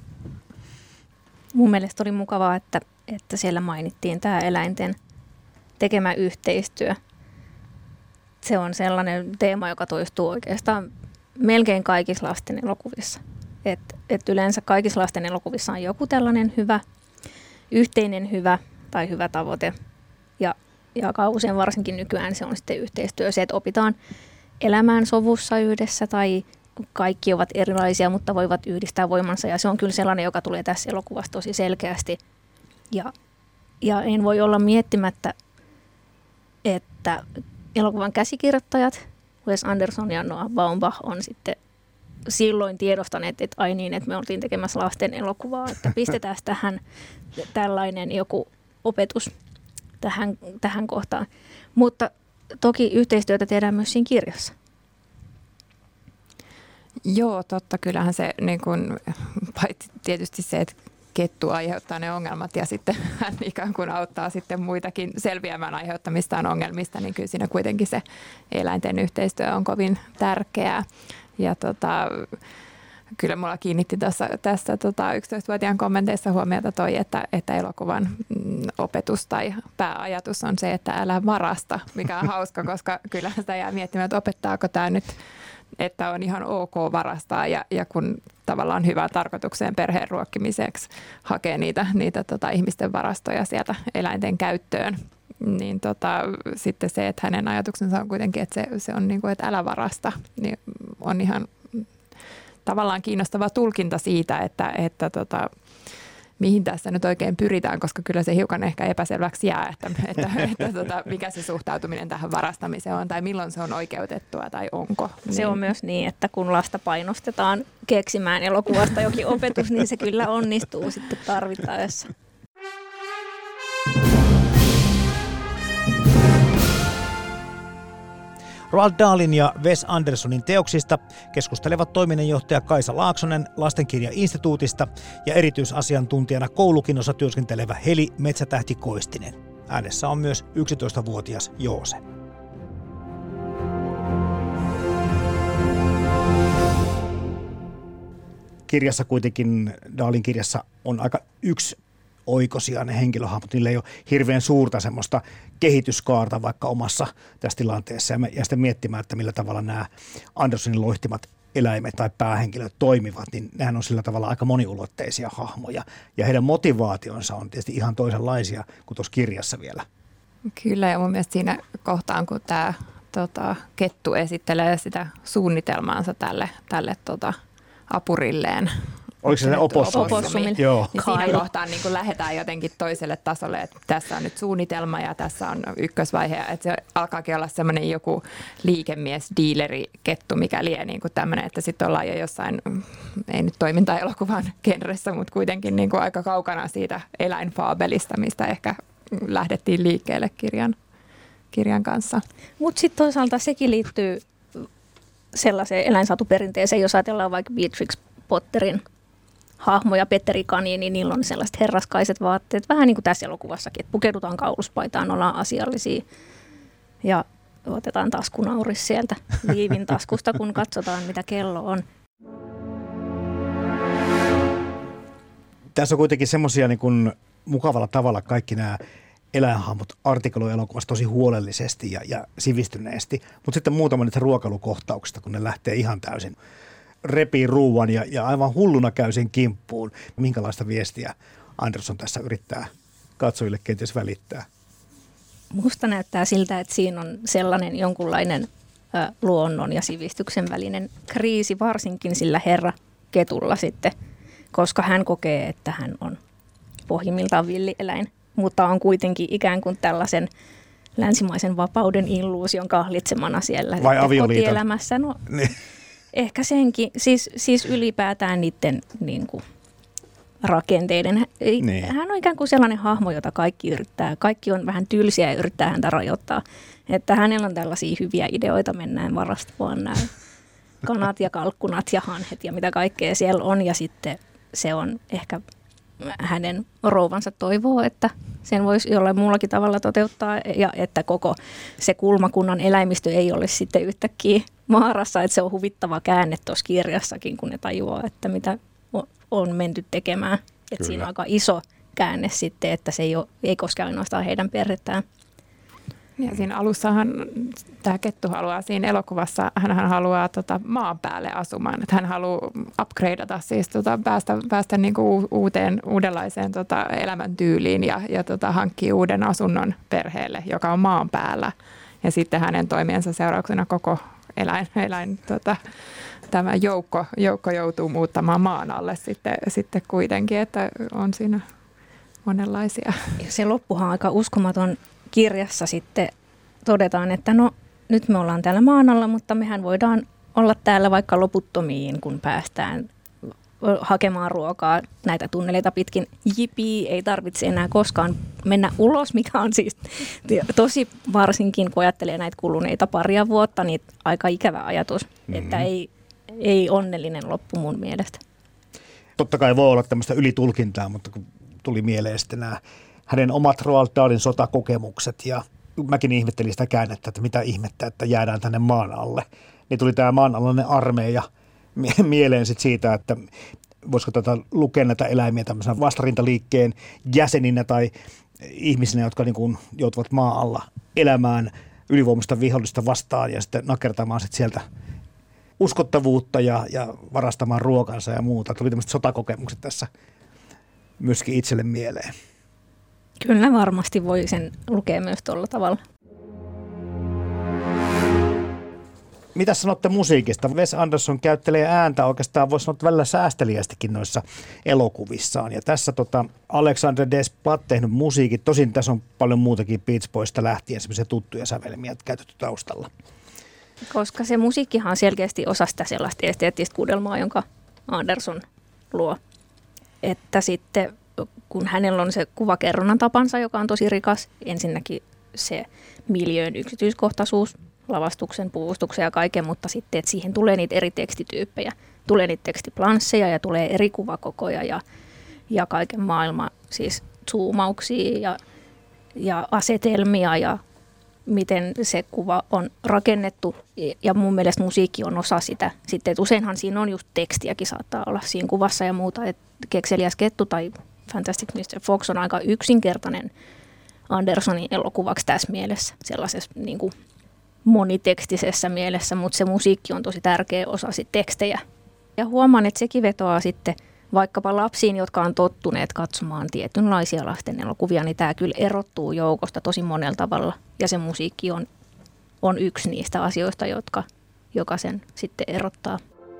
Mun mielestä oli mukavaa, että siellä mainittiin tämä eläinten tekemä yhteistyö. Se on sellainen teema, joka toistuu oikeastaan melkein kaikissa lasten elokuvissa. Et yleensä kaikissa lasten elokuvissa on joku tällainen yhteinen hyvä tai hyvä tavoite. Ja aika usein varsinkin nykyään se on sitten yhteistyö. Se, että opitaan elämään sovussa yhdessä tai kaikki ovat erilaisia, mutta voivat yhdistää voimansa. Ja se on kyllä sellainen, joka tulee tässä elokuvassa tosi selkeästi. Ja en voi olla miettimättä, että elokuvan käsikirjoittajat Wes Anderson ja Noah Baumbach on sitten silloin tiedostaneet, että ai niin, että me oltiin tekemässä lasten elokuvaa, että pistetään tähän tällainen joku opetus tähän kohtaan. Mutta toki yhteistyötä tehdään myös siinä kirjassa. Joo, totta. Kyllähän se, niin kun, paitsi tietysti se, että kettu aiheuttaa ne ongelmat ja sitten hän ikään kuin auttaa sitten muitakin selviämään aiheuttamistaan ongelmista, niin kyllä siinä kuitenkin se eläinten yhteistyö on kovin tärkeää. Ja kyllä mulla kiinnitti tässä 11-vuotiaan kommenteissa huomiota toi, että elokuvan opetus tai pääajatus on se, että älä varasta, mikä on hauska, koska kyllä sitä jää miettimään, että opettaako tämä nyt, että on ihan ok varastaa ja kun tavallaan hyvään tarkoitukseen perheen ruokkimiseksi hakee niitä ihmisten varastoja sieltä eläinten käyttöön, niin sitten se, että hänen ajatuksensa on kuitenkin, että se on niin kuin, että älä varasta, niin on ihan tavallaan kiinnostava tulkinta siitä, että mihin tässä nyt oikein pyritään, koska kyllä se hiukan ehkä epäselväksi jää, että mikä se suhtautuminen tähän varastamiseen on tai milloin se on oikeutettua tai onko. Se on myös niin, että kun lasta painostetaan keksimään elokuvasta jokin opetus, niin se kyllä onnistuu sitten tarvittaessa. Roald Dahlin ja Wes Andersonin teoksista keskustelevat toiminnanjohtaja Kaisa Laaksonen Lastenkirjainstituutista ja erityisasiantuntijana koulukinossa työskentelevä Heli Metsätähti Koistinen. Äänessä on myös 11-vuotias Joose. Kirjassa kuitenkin, Dahlin kirjassa on aika yksioikoisia ne henkilöhahmot. Niillä ei ole hirveän suurta semmoista kehityskaarta vaikka omassa tässä tilanteessa. Ja sitten miettimään, että millä tavalla nämä Andersonin loihtimat eläimet tai päähenkilöt toimivat, niin nehän on sillä tavalla aika moniulotteisia hahmoja. Ja heidän motivaationsa on tietysti ihan toisenlaisia kuin tuossa kirjassa vielä Kyllä, ja mun mielestä siinä kohtaan, kun tämä kettu esittelee sitä suunnitelmaansa tälle apurilleen. Oliko se opossumi? Joo. Niin siinä kohtaan niin kun lähdetään jotenkin toiselle tasolle, että tässä on nyt suunnitelma ja tässä on ykkösvaihe, että se alkaakin olla semmoinen joku liikemies, diileri, kettu, mikä lie niin kuin tämmöinen, että sitten ollaan jo jossain, ei nyt toimintaelokuvan genressä, mutta kuitenkin niin kuin aika kaukana siitä eläinfaabelista, mistä ehkä lähdettiin liikkeelle kirjan kanssa. Mutta sitten toisaalta sekin liittyy sellaiseen eläinsatuperinteeseen, jos ajatellaan vaikka Beatrix Potterin hahmoja, Petteri Kani, niin niillä on sellaiset herraskaiset vaatteet, vähän niin kuin tässä elokuvassakin, että pukeudutaan kauluspaitaan, ollaan asiallisia ja otetaan taskunauris sieltä liivin taskusta, kun katsotaan, mitä kello on. Tässä on kuitenkin semmoisia niin kuin mukavalla tavalla kaikki nämä eläinhahmot artikuloi elokuvassa tosi huolellisesti ja sivistyneesti, mutta sitten muutama niitä ruokailukohtauksista, kun ne lähtee ihan täysin repii ruuan ja aivan hulluna käy sen kimppuun. Minkälaista viestiä Anderson tässä yrittää katsojille kenties välittää? Musta näyttää siltä, että siinä on sellainen jonkunlainen luonnon ja sivistyksen välinen kriisi, varsinkin sillä herra ketulla sitten, koska hän kokee, että hän on pohjimmiltaan villieläin, mutta on kuitenkin ikään kuin tällaisen länsimaisen vapauden illuusion kahlitsemana siellä. Vai avioliiton? Kotielämässä. No, ehkä senkin, siis ylipäätään niiden niin kuin rakenteiden. Niin. Hän on ikään kuin sellainen hahmo, jota kaikki on vähän tylsiä ja yrittää häntä rajoittaa. Että hänellä on tällaisia hyviä ideoita, mennään varastamaan nämä kanat ja kalkkunat ja hanhet ja mitä kaikkea siellä on. Ja sitten se on ehkä hänen rouvansa toivoo, että sen voisi jollain muullakin tavalla toteuttaa ja että koko se kulmakunnan eläimistö ei ole sitten yhtäkkiä vaarassa, että se on huvittava käänne tuossa kirjassakin, kun ne tajuaa, että mitä on menty tekemään. Että siinä on aika iso käänne sitten, että se ei koske ainoastaan heidän perhettään. Ja siinä alussahan tämä kettu haluaa siinä elokuvassa, hän haluaa maan päälle asumaan. Että hän haluaa upgradeata, siis päästä niinku uudenlaiseen elämäntyyliin ja hankkia uuden asunnon perheelle, joka on maan päällä. Ja sitten hänen toimiensa seurauksena koko tämä joukko joutuu muuttamaan maan alle sitten kuitenkin, että on siinä monenlaisia. Ja se loppuhan on aika uskomaton. Kirjassa sitten todetaan, että no nyt me ollaan täällä maan alla, mutta mehän voidaan olla täällä vaikka loputtomiin, kun päästään hakemaan ruokaa näitä tunneleita pitkin. Jipii, ei tarvitse enää koskaan mennä ulos, mikä on siis tosi varsinkin, kun ajattelee näitä kuluneita paria vuotta, niin aika ikävä ajatus, että ei onnellinen loppu mun mielestä. Totta kai voi olla tämmöistä ylitulkintaa, mutta kun tuli mieleen sitten nämä hänen omat Roald Dahlin sotakokemukset ja mäkin ihmettelin sitä käännettä, että mitä ihmettä, että jäädään tänne maan alle. Niin tuli tämä maanalainen armeija mieleen sit siitä, että voisiko lukea näitä eläimiä tämmöisenä vastarintaliikkeen jäseninä tai ihmisinä, jotka niin kuin joutuvat maan alla elämään ylivoimasta vihollista vastaan ja sitten nakertamaan sit sieltä uskottavuutta ja varastamaan ruokansa ja muuta. Tuli tämmöiset sotakokemukset tässä myöskin itselle mieleen. Kyllä varmasti voi sen lukea myös tuolla tavalla. Mitä sanotte musiikista? Wes Anderson käyttelee ääntä oikeastaan, voisi sanoa välillä säästeliästikin noissa elokuvissaan. Ja tässä Alexander Desplat tehnyt musiikit. Tosin tässä on paljon muutakin Beach Boysta lähtien semmoisia tuttuja sävelmiä käytetty taustalla. Koska se musiikkihan on selkeästi osa sitä sellaista esteettistä kuudelmaa, jonka Anderson luo. Että sitten kun hänellä on se kuvakerronnan tapansa, joka on tosi rikas, ensinnäkin se miljöön yksityiskohtaisuus, lavastuksen, puvustuksen ja kaiken, mutta sitten, että siihen tulee niitä eri tekstityyppejä, tulee niitä tekstiplansseja ja tulee eri kuvakokoja ja kaiken maailman siis zoomauksia ja asetelmia ja miten se kuva on rakennettu ja mun mielestä musiikki on osa sitä. Sitten, että useinhan siinä on just tekstiäkin saattaa olla siinä kuvassa ja muuta, että Kekseliäs kettu tai Fantastic Mr. Fox on aika yksinkertainen Andersonin elokuvaksi tässä mielessä, sellaisessa niin kuin monitekstisessä mielessä, mutta se musiikki on tosi tärkeä osa sit tekstejä. Ja huomaan, että sekin vetoaa sitten vaikkapa lapsiin, jotka on tottuneet katsomaan tietynlaisia lasten elokuvia, niin tämä kyllä erottuu joukosta tosi monella tavalla. Ja se musiikki on yksi niistä asioista, joka sen sitten erottaa.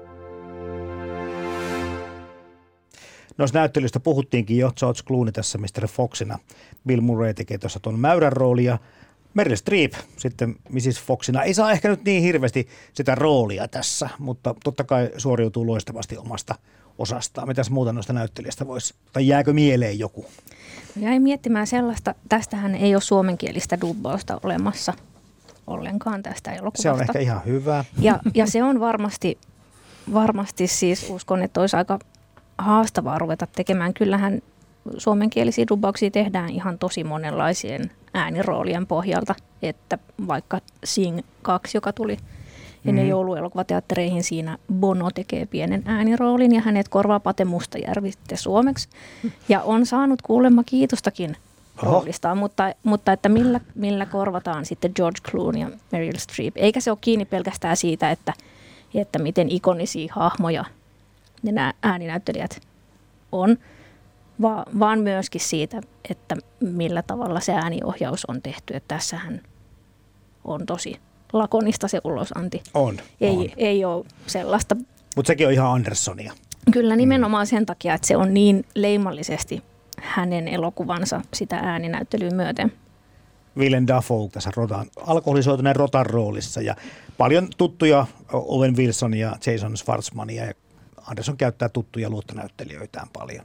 Noista näyttelyistä puhuttiinkin jo. George Clooney tässä Mr. Foxina. Bill Murray tekee tuossa tuon mäyrän roolia. Meryl Streep sitten Mrs. Foxina ei saa ehkä nyt niin hirveästi sitä roolia tässä, mutta totta kai suoriutuu loistavasti omasta osastaan. Mitäs muuta noista näyttelijästä voisi, tai jääkö mieleen joku? Jäin miettimään sellaista, tästähän ei ole suomenkielistä dubbausta olemassa ollenkaan tästä elokuvasta. Se on ehkä ihan hyvä. Ja se on varmasti siis uskon, että olisi aika haastavaa ruveta tekemään. Kyllähän suomenkielisiä dubbauksia tehdään ihan tosi monenlaisien ääniroolien pohjalta, että vaikka Sing 2, joka tuli ennen jouluelokuvateattereihin, siinä Bono tekee pienen ääniroolin ja hänet korvaa Pate Mustajärvi sitten suomeksi. Ja on saanut kuulemma kiitostakin roolistaan, mutta että millä korvataan sitten George Clooney ja Meryl Streep. Eikä se ole kiinni pelkästään siitä, että miten ikonisia hahmoja nämä ääninäyttelijät on, vaan myöskin siitä, että millä tavalla se ääniohjaus on tehty. Että tässähän on tosi lakonista se ulosanti. Ei ole sellaista. Mutta sekin on ihan Andersonia. Kyllä nimenomaan sen takia, että se on niin leimallisesti hänen elokuvansa sitä ääninäyttelyä myöten. Willem Dafoe tässä alkoholisoituneen rotan roolissa ja paljon tuttuja Owen Wilson ja Jason Schwartzmania ja Anderson käyttää tuttuja luottonäyttelijöitään paljon.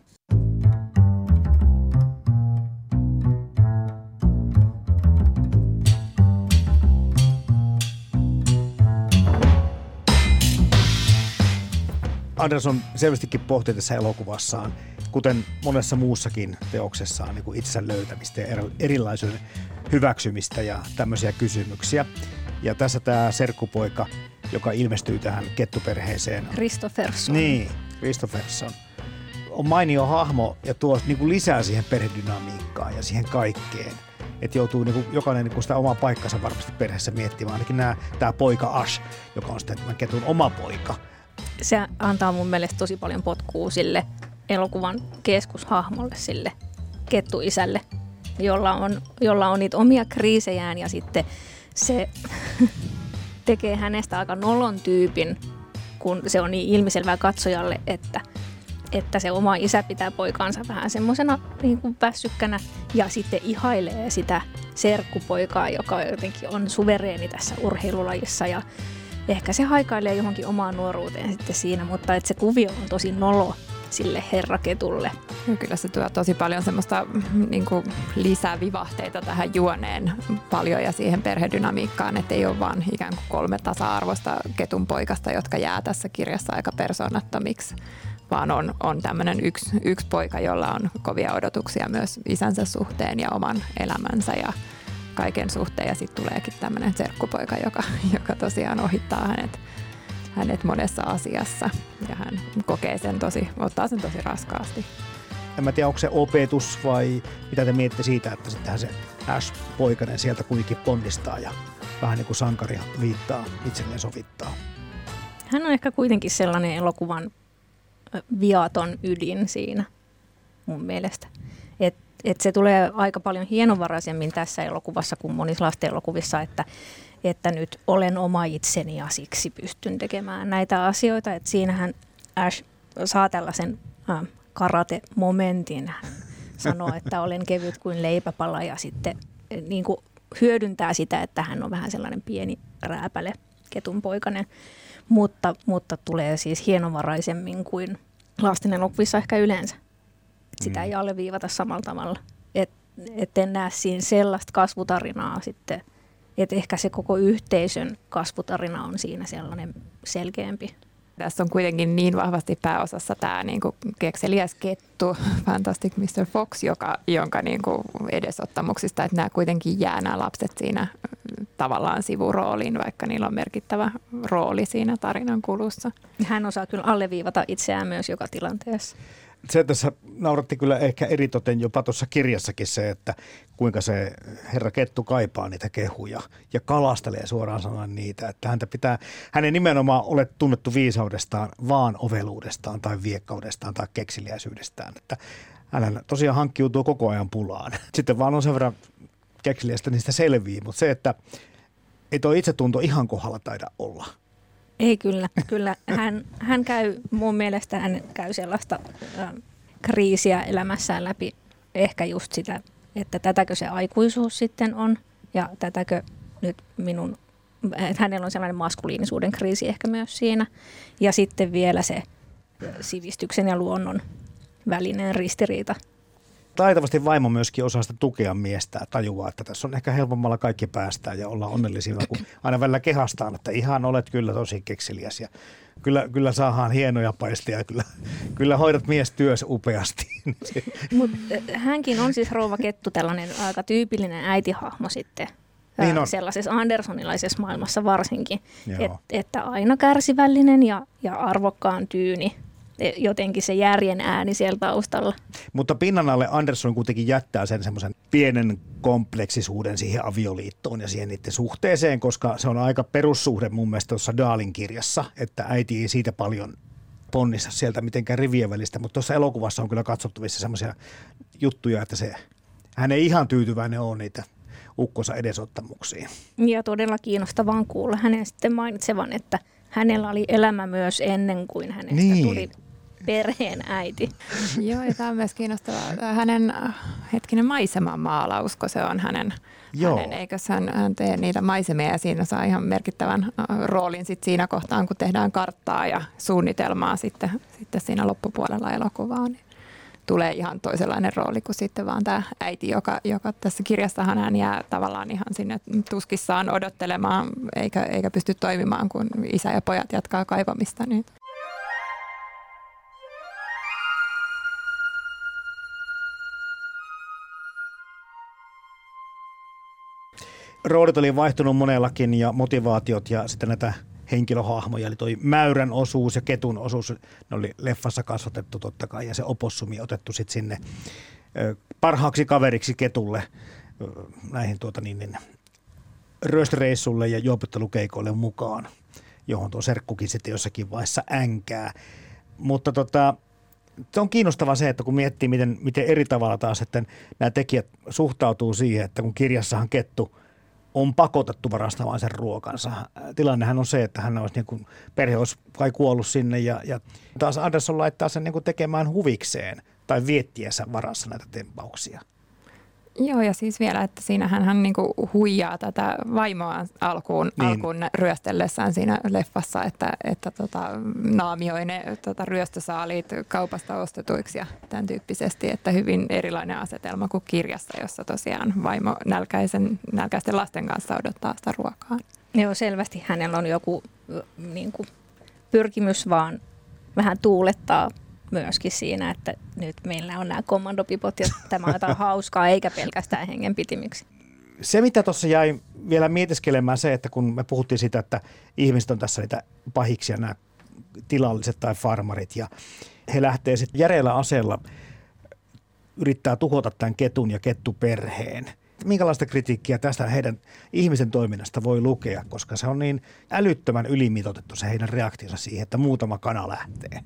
Anderson selvästikin pohtii tässä elokuvassaan, kuten monessa muussakin teoksessaan, niin kuin itsensä löytämistä ja erilaisuuden hyväksymistä ja tämmöisiä kysymyksiä. Ja tässä tämä serkkupoika, joka ilmestyy tähän kettuperheeseen. Kristofferson. Niin, Kristofferson. On mainio hahmo ja tuo niin kuin lisää siihen perhedynamiikkaan ja siihen kaikkeen. Että joutuu niin kuin, jokainen niin kuin sitä omaa paikkansa varmasti perheessä miettimään. Ainakin tämä poika Ash, joka on sitten ketun oma poika. Se antaa mun mielestä tosi paljon potkua sille elokuvan keskushahmolle, sille kettuisälle, jolla on niitä omia kriisejään ja sitten se tekee hänestä aika nolon tyypin, kun se on niin ilmiselvää katsojalle, että se oma isä pitää poikaansa vähän semmoisena niin kuin väsykkänä ja sitten ihailee sitä serkkupoikaa, joka jotenkin on suvereeni tässä urheilulajissa ja ehkä se haikailee johonkin omaan nuoruuteen sitten siinä, mutta että se kuvio on tosi nolo sille herraketulle. Kyllä se tuo tosi paljon semmoista niin kuin lisävivahteita tähän juoneen paljon ja siihen perhedynamiikkaan, että ei ole vaan ikään kuin 3 tasa-arvoista ketun poikasta, jotka jää tässä kirjassa aika persoonattomiksi, vaan on tämmöinen yksi poika, jolla on kovia odotuksia myös isänsä suhteen ja oman elämänsä ja kaiken suhteen ja sitten tuleekin tämmöinen serkkupoika, joka tosiaan ohittaa hänet monessa asiassa ja hän ottaa sen tosi raskaasti. En mä tiedä, onko se opetus vai mitä te mietitte siitä, että sittenhän se Ash-poikainen sieltä kuitenkin ponnistaa ja vähän niin kuin sankari viittaa, itselleen sovittaa. Hän on ehkä kuitenkin sellainen elokuvan viaton ydin siinä mun mielestä. Että se tulee aika paljon hienovaraisemmin tässä elokuvassa kuin monissa lasten elokuvissa, että nyt olen oma itseni ja siksi pystyn tekemään näitä asioita. Että siinähän Ash saa tällaisen karate-momentin. Hän sanoo, että olen kevyt kuin leipäpala ja sitten niin kuin hyödyntää sitä, että hän on vähän sellainen pieni rääpäle ketunpoikainen, mutta tulee siis hienovaraisemmin kuin lasten elokuvissa ehkä yleensä. Sitä ei alleviivata samalla tavalla. Et en näe siinä sellaista kasvutarinaa sitten, että ehkä se koko yhteisön kasvutarina on siinä sellainen selkeämpi. Tässä on kuitenkin niin vahvasti pääosassa tämä niinku kekseliäs kettu, Fantastic Mr. Fox, jonka niinku edesottamuksista, että nämä kuitenkin jää nämä lapset siinä tavallaan sivurooliin, vaikka niillä on merkittävä rooli siinä tarinan kulussa. Hän osaa kyllä alleviivata itseään myös joka tilanteessa. Se tässä nauratti kyllä ehkä eritoten jopa tuossa kirjassakin se, että kuinka se herra Kettu kaipaa niitä kehuja ja kalastelee suoraan sanoen niitä. Että hän ei nimenomaan ole tunnettu viisaudestaan, vaan oveluudestaan tai viekkaudestaan tai kekseliäisyydestään. Että hän tosiaan hankkiutuu koko ajan pulaan. Sitten vaan on sen verran kekseliäistä, niistä selvii, mutta se, että ei tuo itsetunto ihan kohdalla taida olla. Ei kyllä. Hän käy, mun mielestä hän käy sellaista kriisiä elämässään läpi. Ehkä just sitä, että tätäkö se aikuisuus sitten on ja tätäkö nyt että hänellä on sellainen maskuliinisuuden kriisi ehkä myös siinä. Ja sitten vielä se sivistyksen ja luonnon välinen ristiriita. Taitavasti vaimo myöskin osaa sitä tukea miestä ja tajuaa, että tässä on ehkä helpommalla kaikki päästää ja olla onnellisia, kun aina välillä kehastaan, että ihan olet kyllä tosi kekseliäs ja kyllä saadaan hienoja paistia ja kyllä hoidat mies työs upeasti. Mut hänkin on siis rouva Kettu tällainen aika tyypillinen äitihahmo sitten. Niin sellaisessa andersonilaisessa maailmassa varsinkin, että aina kärsivällinen ja arvokkaan tyyni. Jotenkin se järjen ääni siellä taustalla. Mutta pinnan alle Anderson kuitenkin jättää sen semmoisen pienen kompleksisuuden siihen avioliittoon ja siihen niiden suhteeseen, koska se on aika perussuhde mun mielestä tuossa Dahlin kirjassa, että äiti ei siitä paljon ponnissa sieltä mitenkään rivien välistä, mutta tuossa elokuvassa on kyllä katsottavissa semmoisia juttuja, että hän ei ihan tyytyväinen ole niitä ukkonsa edesottamuksiin. Ja todella kiinnostavaa on kuulla hänen sitten mainitsevan, että hänellä oli elämä myös ennen kuin hänestä tuli perheen äiti. Joo, ja tämä on myös kiinnostavaa. Hänen maiseman maalausko se on hänen eikös hän tee niitä maisemia ja siinä saa ihan merkittävän roolin sit siinä kohtaan, kun tehdään karttaa ja suunnitelmaa sitten siinä loppupuolella elokuvaa. Niin tulee ihan toisenlainen rooli kuin sitten vaan tämä äiti, joka tässä kirjassahan hän jää tavallaan ihan sinne tuskissaan odottelemaan eikä pysty toimimaan, kun isä ja pojat jatkaa kaivamista. Niin. Roolit oli vaihtunut monellakin ja motivaatiot ja sitten näitä henkilöhahmoja, eli toi Mäyrän osuus ja Ketun osuus, ne oli leffassa kasvatettu totta kai, ja se opossumi otettu sitten sinne parhaaksi kaveriksi Ketulle näihin ryöstöreissulle ja juopottelukeikoille mukaan, johon tuo serkkukin sitten jossakin vaiheessa änkää. Mutta se on kiinnostavaa se, että kun miettii, miten eri tavalla taas sitten nämä tekijät suhtautuu siihen, että kun kirjassahan Kettu on pakotettu varastamaan sen ruokansa. Tilannehan on se, että hän olisi perhe olisi kai kuollut sinne ja taas Anderson laittaa sen tekemään huvikseen tai viettiensä varassa näitä tempauksia. Joo, ja siis vielä, että siinähän hän huijaa tätä vaimoa alkuun ryöstellessään siinä leffassa, että naamioi ne ryöstösaaliit kaupasta ostetuiksi ja tämän tyyppisesti, että hyvin erilainen asetelma kuin kirjassa, jossa tosiaan vaimo nälkäisten lasten kanssa odottaa sitä ruokaa. Joo, selvästi hänellä on joku pyrkimys vaan vähän tuulettaa myöskin siinä, että nyt meillä on nämä kommandopipot ja tämä on jotain hauskaa eikä pelkästään hengenpitimiksi. Se, mitä tuossa jäi vielä mietiskelemään se, että kun me puhuttiin siitä, että ihmiset on tässä niitä pahiksia, nämä tilalliset tai farmarit ja he lähtee sitten järeällä aseella yrittää tuhota tämän Ketun ja Kettuperheen. Minkälaista kritiikkiä tästä heidän ihmisen toiminnasta voi lukea, koska se on niin älyttömän ylimitoitettu se heidän reaktionsa siihen, että muutama kana lähtee.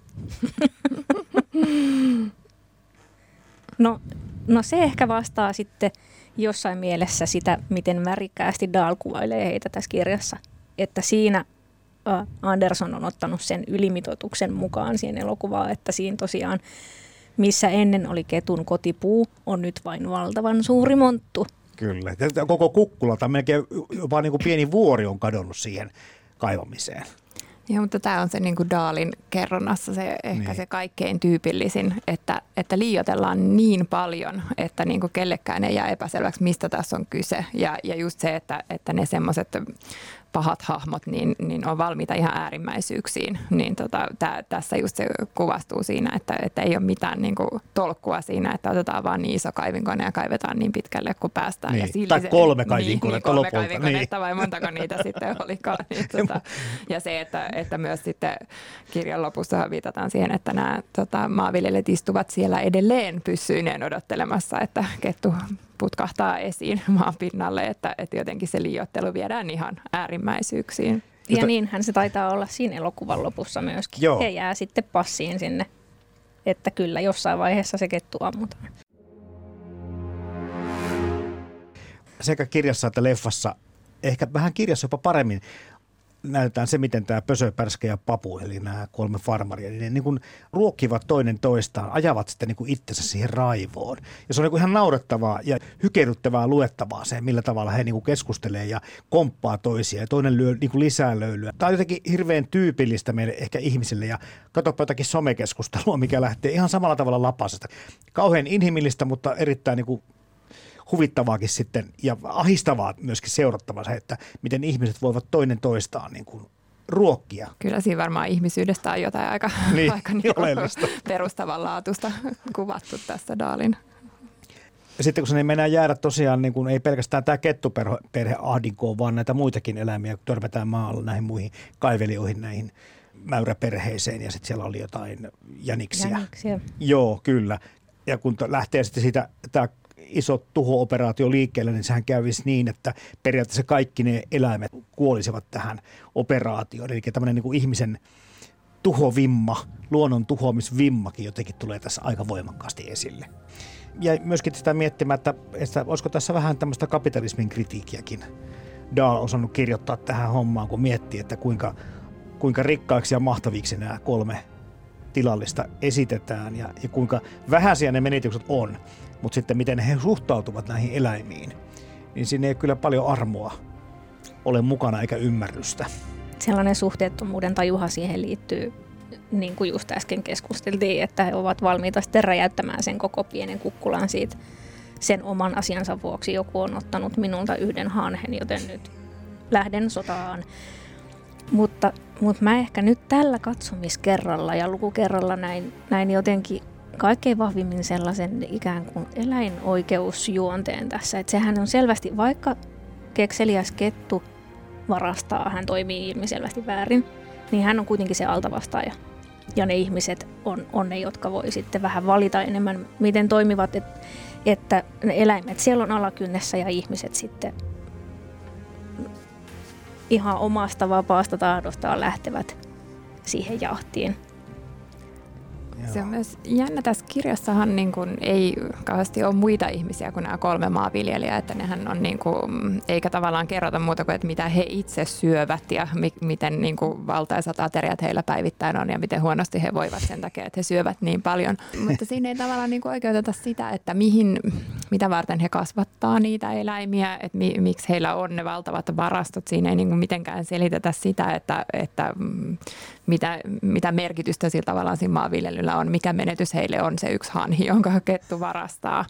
No se ehkä vastaa sitten jossain mielessä sitä, miten värikkäästi Dahl kuvailee heitä tässä kirjassa. Että siinä Anderson on ottanut sen ylimitoituksen mukaan siihen elokuvaan, että siinä tosiaan, missä ennen oli Ketun kotipuu, on nyt vain valtavan suuri monttu. Kyllä. Koko kukkula tai melkein jopa pieni vuori on kadonnut siihen kaivamiseen. Joo, mutta tämä on se Dahlin kerronnassa ehkä se kaikkein tyypillisin, että liioitellaan niin paljon, että kellekään ei jää epäselväksi, mistä tässä on kyse. Ja just se, että ne semmoiset pahat hahmot niin on valmiita ihan äärimmäisyyksiin. Niin tässä just se kuvastuu siinä, että ei ole mitään niin kuin tolkkua siinä, että otetaan vaan niin iso kaivinkone ja kaivetaan niin pitkälle, kun päästään. Niin. Tai 3 kaivinkonetta kolme lopulta. kaivinkonetta vai montako niitä sitten olikaan. Niin, ja se, että myös sitten kirjan lopussa viitataan siihen, että nämä maanviljelijät istuvat siellä edelleen pyssyineen odottelemassa, että kettu putkahtaa esiin maan pinnalle, että jotenkin se liioittelu viedään ihan äärimmäisyyksiin. Ja niinhän se taitaa olla siinä elokuvan lopussa myöskin. Joo. He jää sitten passiin sinne, että kyllä jossain vaiheessa se kettu ammutaan. Sekä kirjassa että leffassa, ehkä vähän kirjassa jopa paremmin, näytetään se, miten tämä Pösö, Pärskä ja Papu, eli nämä 3 farmaria, niin ne niin kuin ruokkivat toinen toistaan, ajavat sitten niin kuin itsensä siihen raivoon. Ja se on niin kuin ihan naurettavaa ja hykeilyttävää luettavaa se, millä tavalla he niin kuin keskustelee ja komppaa toisia ja toinen lyö niin kuin lisää löylyä. Tämä on jotenkin hirveän tyypillistä meille ehkä ihmisille ja katsoppa jotakin somekeskustelua, mikä lähtee ihan samalla tavalla lapasesta. Kauhean inhimillistä, mutta erittäin niin kuin huvittavaakin sitten ja ahistavaa myöskin seurattavaa se, että miten ihmiset voivat toinen toistaan niin kuin ruokkia. Kyllä siinä varmaan ihmisyydestä on jotain aika oleellista. Perustavanlaatuista kuvattu tässä Dahlin. Ja sitten kun se mennään jäädä tosiaan, niin kuin ei pelkästään tämä kettuperhe ahdinkoon, vaan näitä muitakin eläimiä, kun törmätään maalla näihin muihin kaivelioihin, näihin mäyräperheeseen ja sitten siellä oli jotain jäniksiä. Joo, kyllä. Ja kun lähtee sitten siitä tämä iso tuho-operaatio liikkeelle, niin sehän kävisi niin, että periaatteessa kaikki ne eläimet kuolisivat tähän operaatioon. Eli tämmöinen niin kuin ihmisen tuhovimma, luonnon tuhoamisvimmakin jotenkin tulee tässä aika voimakkaasti esille. Ja myöskin sitä miettimään, että olisiko tässä vähän tämmöistä kapitalismin kritiikkiäkin Dahl on osannut kirjoittaa tähän hommaan, kun miettii, että kuinka rikkaiksi ja mahtaviksi nämä 3 tilallista esitetään ja kuinka vähäisiä ne menetykset on. Mutta sitten miten he suhtautuvat näihin eläimiin, niin siinä ei kyllä paljon armoa ole mukana eikä ymmärrystä. Sellainen suhteettomuuden tajuhan siihen liittyy, niin kuin just äsken keskusteltiin, että he ovat valmiita sitten räjäyttämään sen koko pienen kukkulan siitä sen oman asiansa vuoksi. Joku on ottanut minulta yhden hanhen, joten nyt lähden sotaan. Mutta mä ehkä nyt tällä katsomiskerralla ja lukukerralla näin jotenkin kaikkein vahvimmin sellaisen ikään kuin eläinoikeusjuonteen tässä. Että sehän on selvästi, vaikka kekseliäs kettu varastaa, hän toimii ilmiselvästi väärin, niin hän on kuitenkin se altavastaaja. Ja ne ihmiset on ne, jotka voi sitten vähän valita enemmän, miten toimivat, että ne eläimet siellä on alakynnessä ja ihmiset sitten ihan omasta vapaasta tahdostaan lähtevät siihen jahtiin. Se on myös jännä, tässä kirjassahan niin kuin ei kauheasti ole muita ihmisiä kuin nämä 3 maanviljelijää, että nehän on niin kuin, eikä tavallaan kerrota muuta kuin, että mitä he itse syövät ja miten niin kuin valtaisat ateriat heillä päivittäin on ja miten huonosti he voivat sen takia, että he syövät niin paljon. Mutta siinä ei tavallaan niin kuin oikeuteta sitä, että mitä varten he kasvattaa niitä eläimiä, että miksi heillä on ne valtavat varastot. Siinä ei niin kuin mitenkään selitetä sitä, että mitä merkitystä sillä tavallaan siinä maanviljelyllä on, mikä menetys heille on se yksi hanhi, jonka kettu varastaa.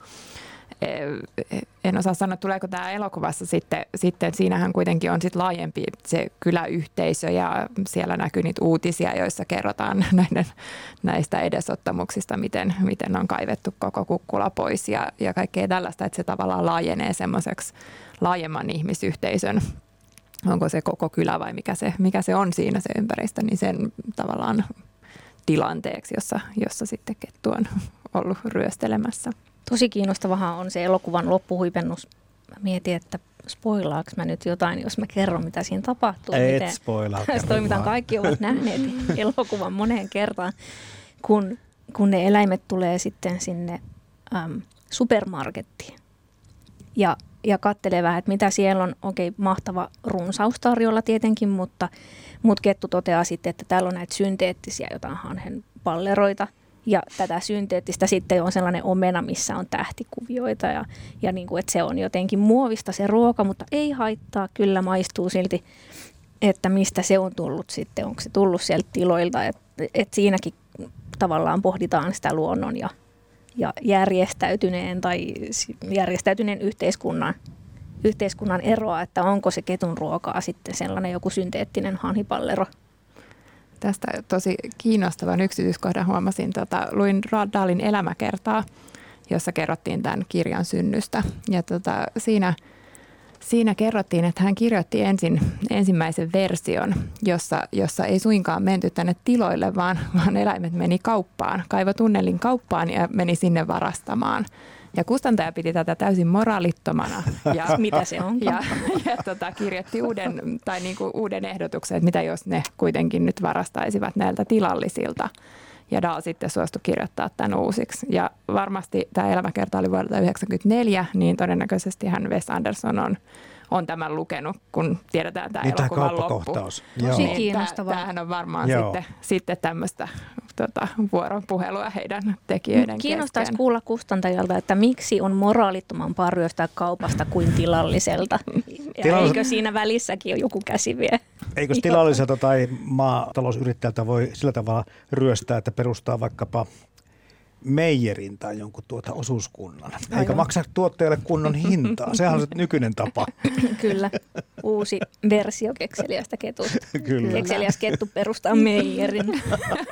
En osaa sanoa, tuleeko tämä elokuvassa sitten siinähän kuitenkin on sitten laajempi se kyläyhteisö ja siellä näkyy niitä uutisia, joissa kerrotaan näistä edesottamuksista, miten on kaivettu koko kukkula pois ja kaikkea tällaista, että se tavallaan laajenee semmoiseksi laajemman ihmisyhteisön. Onko se koko kylä vai mikä se on siinä se ympäristö, niin sen tavallaan tilanteeksi, jossa sitten kettu on ollut ryöstelemässä. Tosi kiinnostavahan on se elokuvan loppuhuipennus. Mä mietin, että spoilaanko mä nyt jotain, jos mä kerron, mitä siinä tapahtuu. Et spoilaa. Toimitaan, kaikki ovat nähneet elokuvan moneen kertaan, kun ne eläimet tulee sitten sinne supermarkettiin. Ja katselee vähän, että mitä siellä on. Okei, mahtava runsaus tarjolla tietenkin, mutta kettu toteaa sitten, että täällä on näitä synteettisiä jotain hanhen palleroita. Ja tätä synteettistä sitten on sellainen omena, missä on tähtikuvioita ja niin kuin, että se on jotenkin muovista se ruoka, mutta ei haittaa, kyllä maistuu silti, että mistä se on tullut sitten, onko se tullut sieltä tiloilta, että siinäkin tavallaan pohditaan sitä luonnon ja järjestäytyneen yhteiskunnan yhteiskunnan eroa, että onko se ketun ruokaa sitten sellainen joku synteettinen hanhipallero. Tästä tosi kiinnostavan yksityiskohdan huomasin. Luin Roald Dahlin elämäkertaa, jossa kerrottiin tämän kirjan synnystä. Ja siinä kerrottiin, että hän kirjoitti ensimmäisen version, jossa ei suinkaan menty tänne tiloille, vaan eläimet meni kauppaan, kaivoi tunnelin kauppaan ja meni sinne varastamaan. Ja kustantaja piti tätä täysin moraalittomana. Ja mitä se on? Ja kirjoitti uuden ehdotuksen, että mitä jos ne kuitenkin nyt varastaisivat näiltä tilallisilta. Ja Dahl sitten suostui kirjoittaa tämän uusiksi. Ja varmasti tämä elämäkerta oli vuodelta 1994, niin todennäköisesti hän Wes Anderson on tämän lukenut, kun tiedetään tämä elokuvan loppu. Tosi kiinnostavaa. Tämähän on varmaan sitten tämmöistä vuoropuhelua heidän tekijöiden Kiinnostaisi kesken. kuulla kustantajalta, että miksi on moraalittomampaa ryöstää kaupasta kuin tilalliselta. Eikö siinä välissäkin joku käsi vie? Eikö tilalliselta tai maatalousyrittäjältä voi sillä tavalla ryöstää, että perustaa vaikkapa meijerin tai jonkun osuuskunnan, eikä maksa tuottajalle kunnon hintaa. Sehän on se nykyinen tapa. Kyllä, uusi versio kekseliästä ketusta. Kyllä. Kekseliäs kettu perustaa meijerin.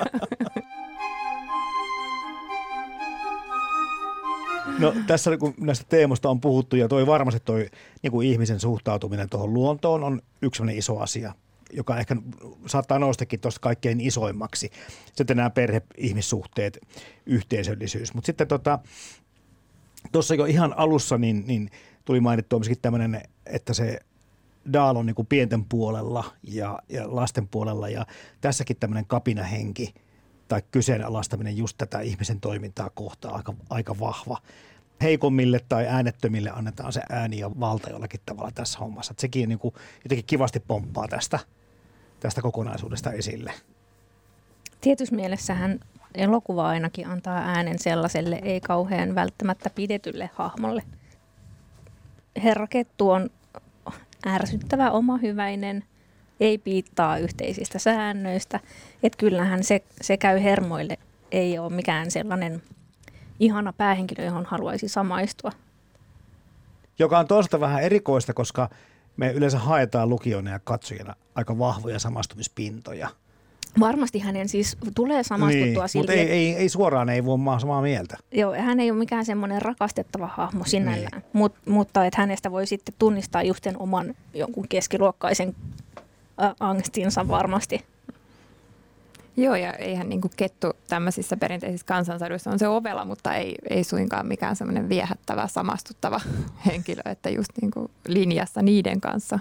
No tässä kun näistä teemoista on puhuttu ja varmasti niin kuin ihmisen suhtautuminen tuohon luontoon on yksi iso asia, joka ehkä saattaa noustakin tuosta kaikkein isoimmaksi. Sitten nämä perhe-ihmissuhteet, yhteisöllisyys. Mutta sitten tuossa jo ihan alussa niin tuli mainittua myöskin tämmöinen, että se Dahl on niin kuin pienten puolella ja lasten puolella ja tässäkin tämmöinen kapinahenki tai kyseenalaistaminen just tätä ihmisen toimintaa kohtaa aika vahva. Heikommille tai äänettömille annetaan se ääni ja valta jollakin tavalla tässä hommassa. Et sekin niin kuin jotenkin kivasti pomppaa tästä kokonaisuudesta esille. Tietyssä mielessähän elokuva ainakin antaa äänen sellaiselle ei kauhean välttämättä pidetylle hahmolle. Herra Kettu on ärsyttävä, omahyväinen, ei piittaa yhteisistä säännöistä. Että kyllähän se käy hermoille, ei ole mikään sellainen ihana päähenkilö, johon haluaisi samaistua. Joka on toisaalta vähän erikoista, koska me yleensä haetaan lukijoina ja katsojina aika vahvoja samastumispintoja. Varmasti hänen siis tulee samastuttua niin, silti. Mutta ei suoraan ei voi samaa mieltä. Joo, hän ei ole mikään semmoinen rakastettava hahmo sinällään, mutta että hänestä voi sitten tunnistaa just sen oman jonkun keskiluokkaisen angstinsa varmasti. Joo, ja eihän niin kuin kettu tämmöisissä perinteisissä kansansaduissa on se ovela, mutta ei suinkaan mikään semmoinen viehättävä, samastuttava henkilö, että just niin kuin linjassa niiden kanssa.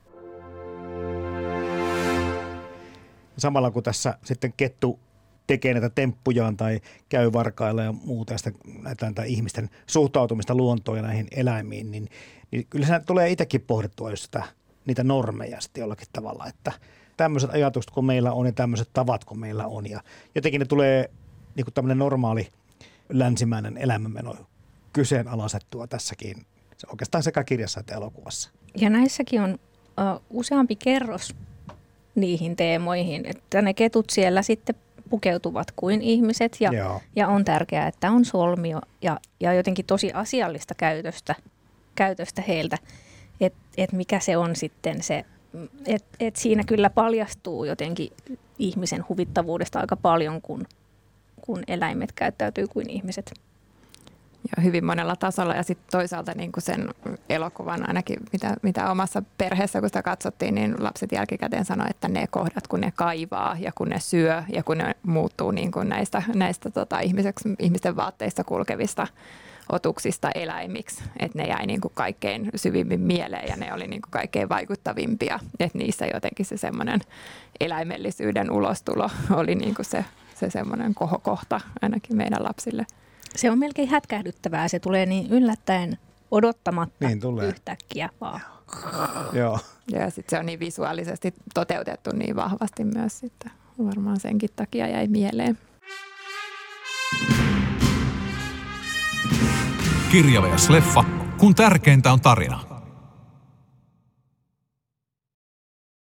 Samalla kun tässä sitten kettu tekee näitä temppujaan tai käy varkailla ja muuta näitä ihmisten suhtautumista luontoon ja näihin eläimiin, niin kyllä se tulee itsekin pohdittua just niitä normeja sitten jollakin tavalla, että tämmöiset ajatukset kun meillä on ja tämmöiset tavat kun meillä on ja jotenkin ne tulee niin kuin tämmöinen normaali länsimäinen elämänmeno kyseenalaisettua tässäkin, se oikeastaan sekä kirjassa että elokuvassa. Ja näissäkin on useampi kerros niihin teemoihin, että ne ketut siellä sitten pukeutuvat kuin ihmiset ja on tärkeää, että on solmio ja jotenkin tosi asiallista käytöstä heiltä, että mikä se on sitten se, että siinä kyllä paljastuu jotenkin ihmisen huvittavuudesta aika paljon, kun eläimet käyttäytyy kuin ihmiset. Ja hyvin monella tasolla ja sitten toisaalta niin kuin sen elokuvan ainakin mitä omassa perheessä kun sitä katsottiin, niin lapset jälkikäteen sanoi, että ne kohdat kun ne kaivaa ja kun ne syö ja kun ne muuttuu niin kuin näistä ihmisten vaatteista kulkevista otuksista eläimiksi, että ne jäi niin kuin kaikkein syvimmin mieleen ja ne oli niin kuin kaikkein vaikuttavimpia, että niissä jotenkin se semmoinen eläimellisyyden ulostulo oli niin kuin se semmoinen kohokohta ainakin meidän lapsille. Se on melkein hätkähdyttävää. Se tulee niin yllättäen odottamatta yhtäkkiä vaan. Joo. Ja sitten se on niin visuaalisesti toteutettu niin vahvasti myös sitten. Varmaan senkin takia jäi mieleen. Kirja vs. leffa, kun tärkeintä on tarina.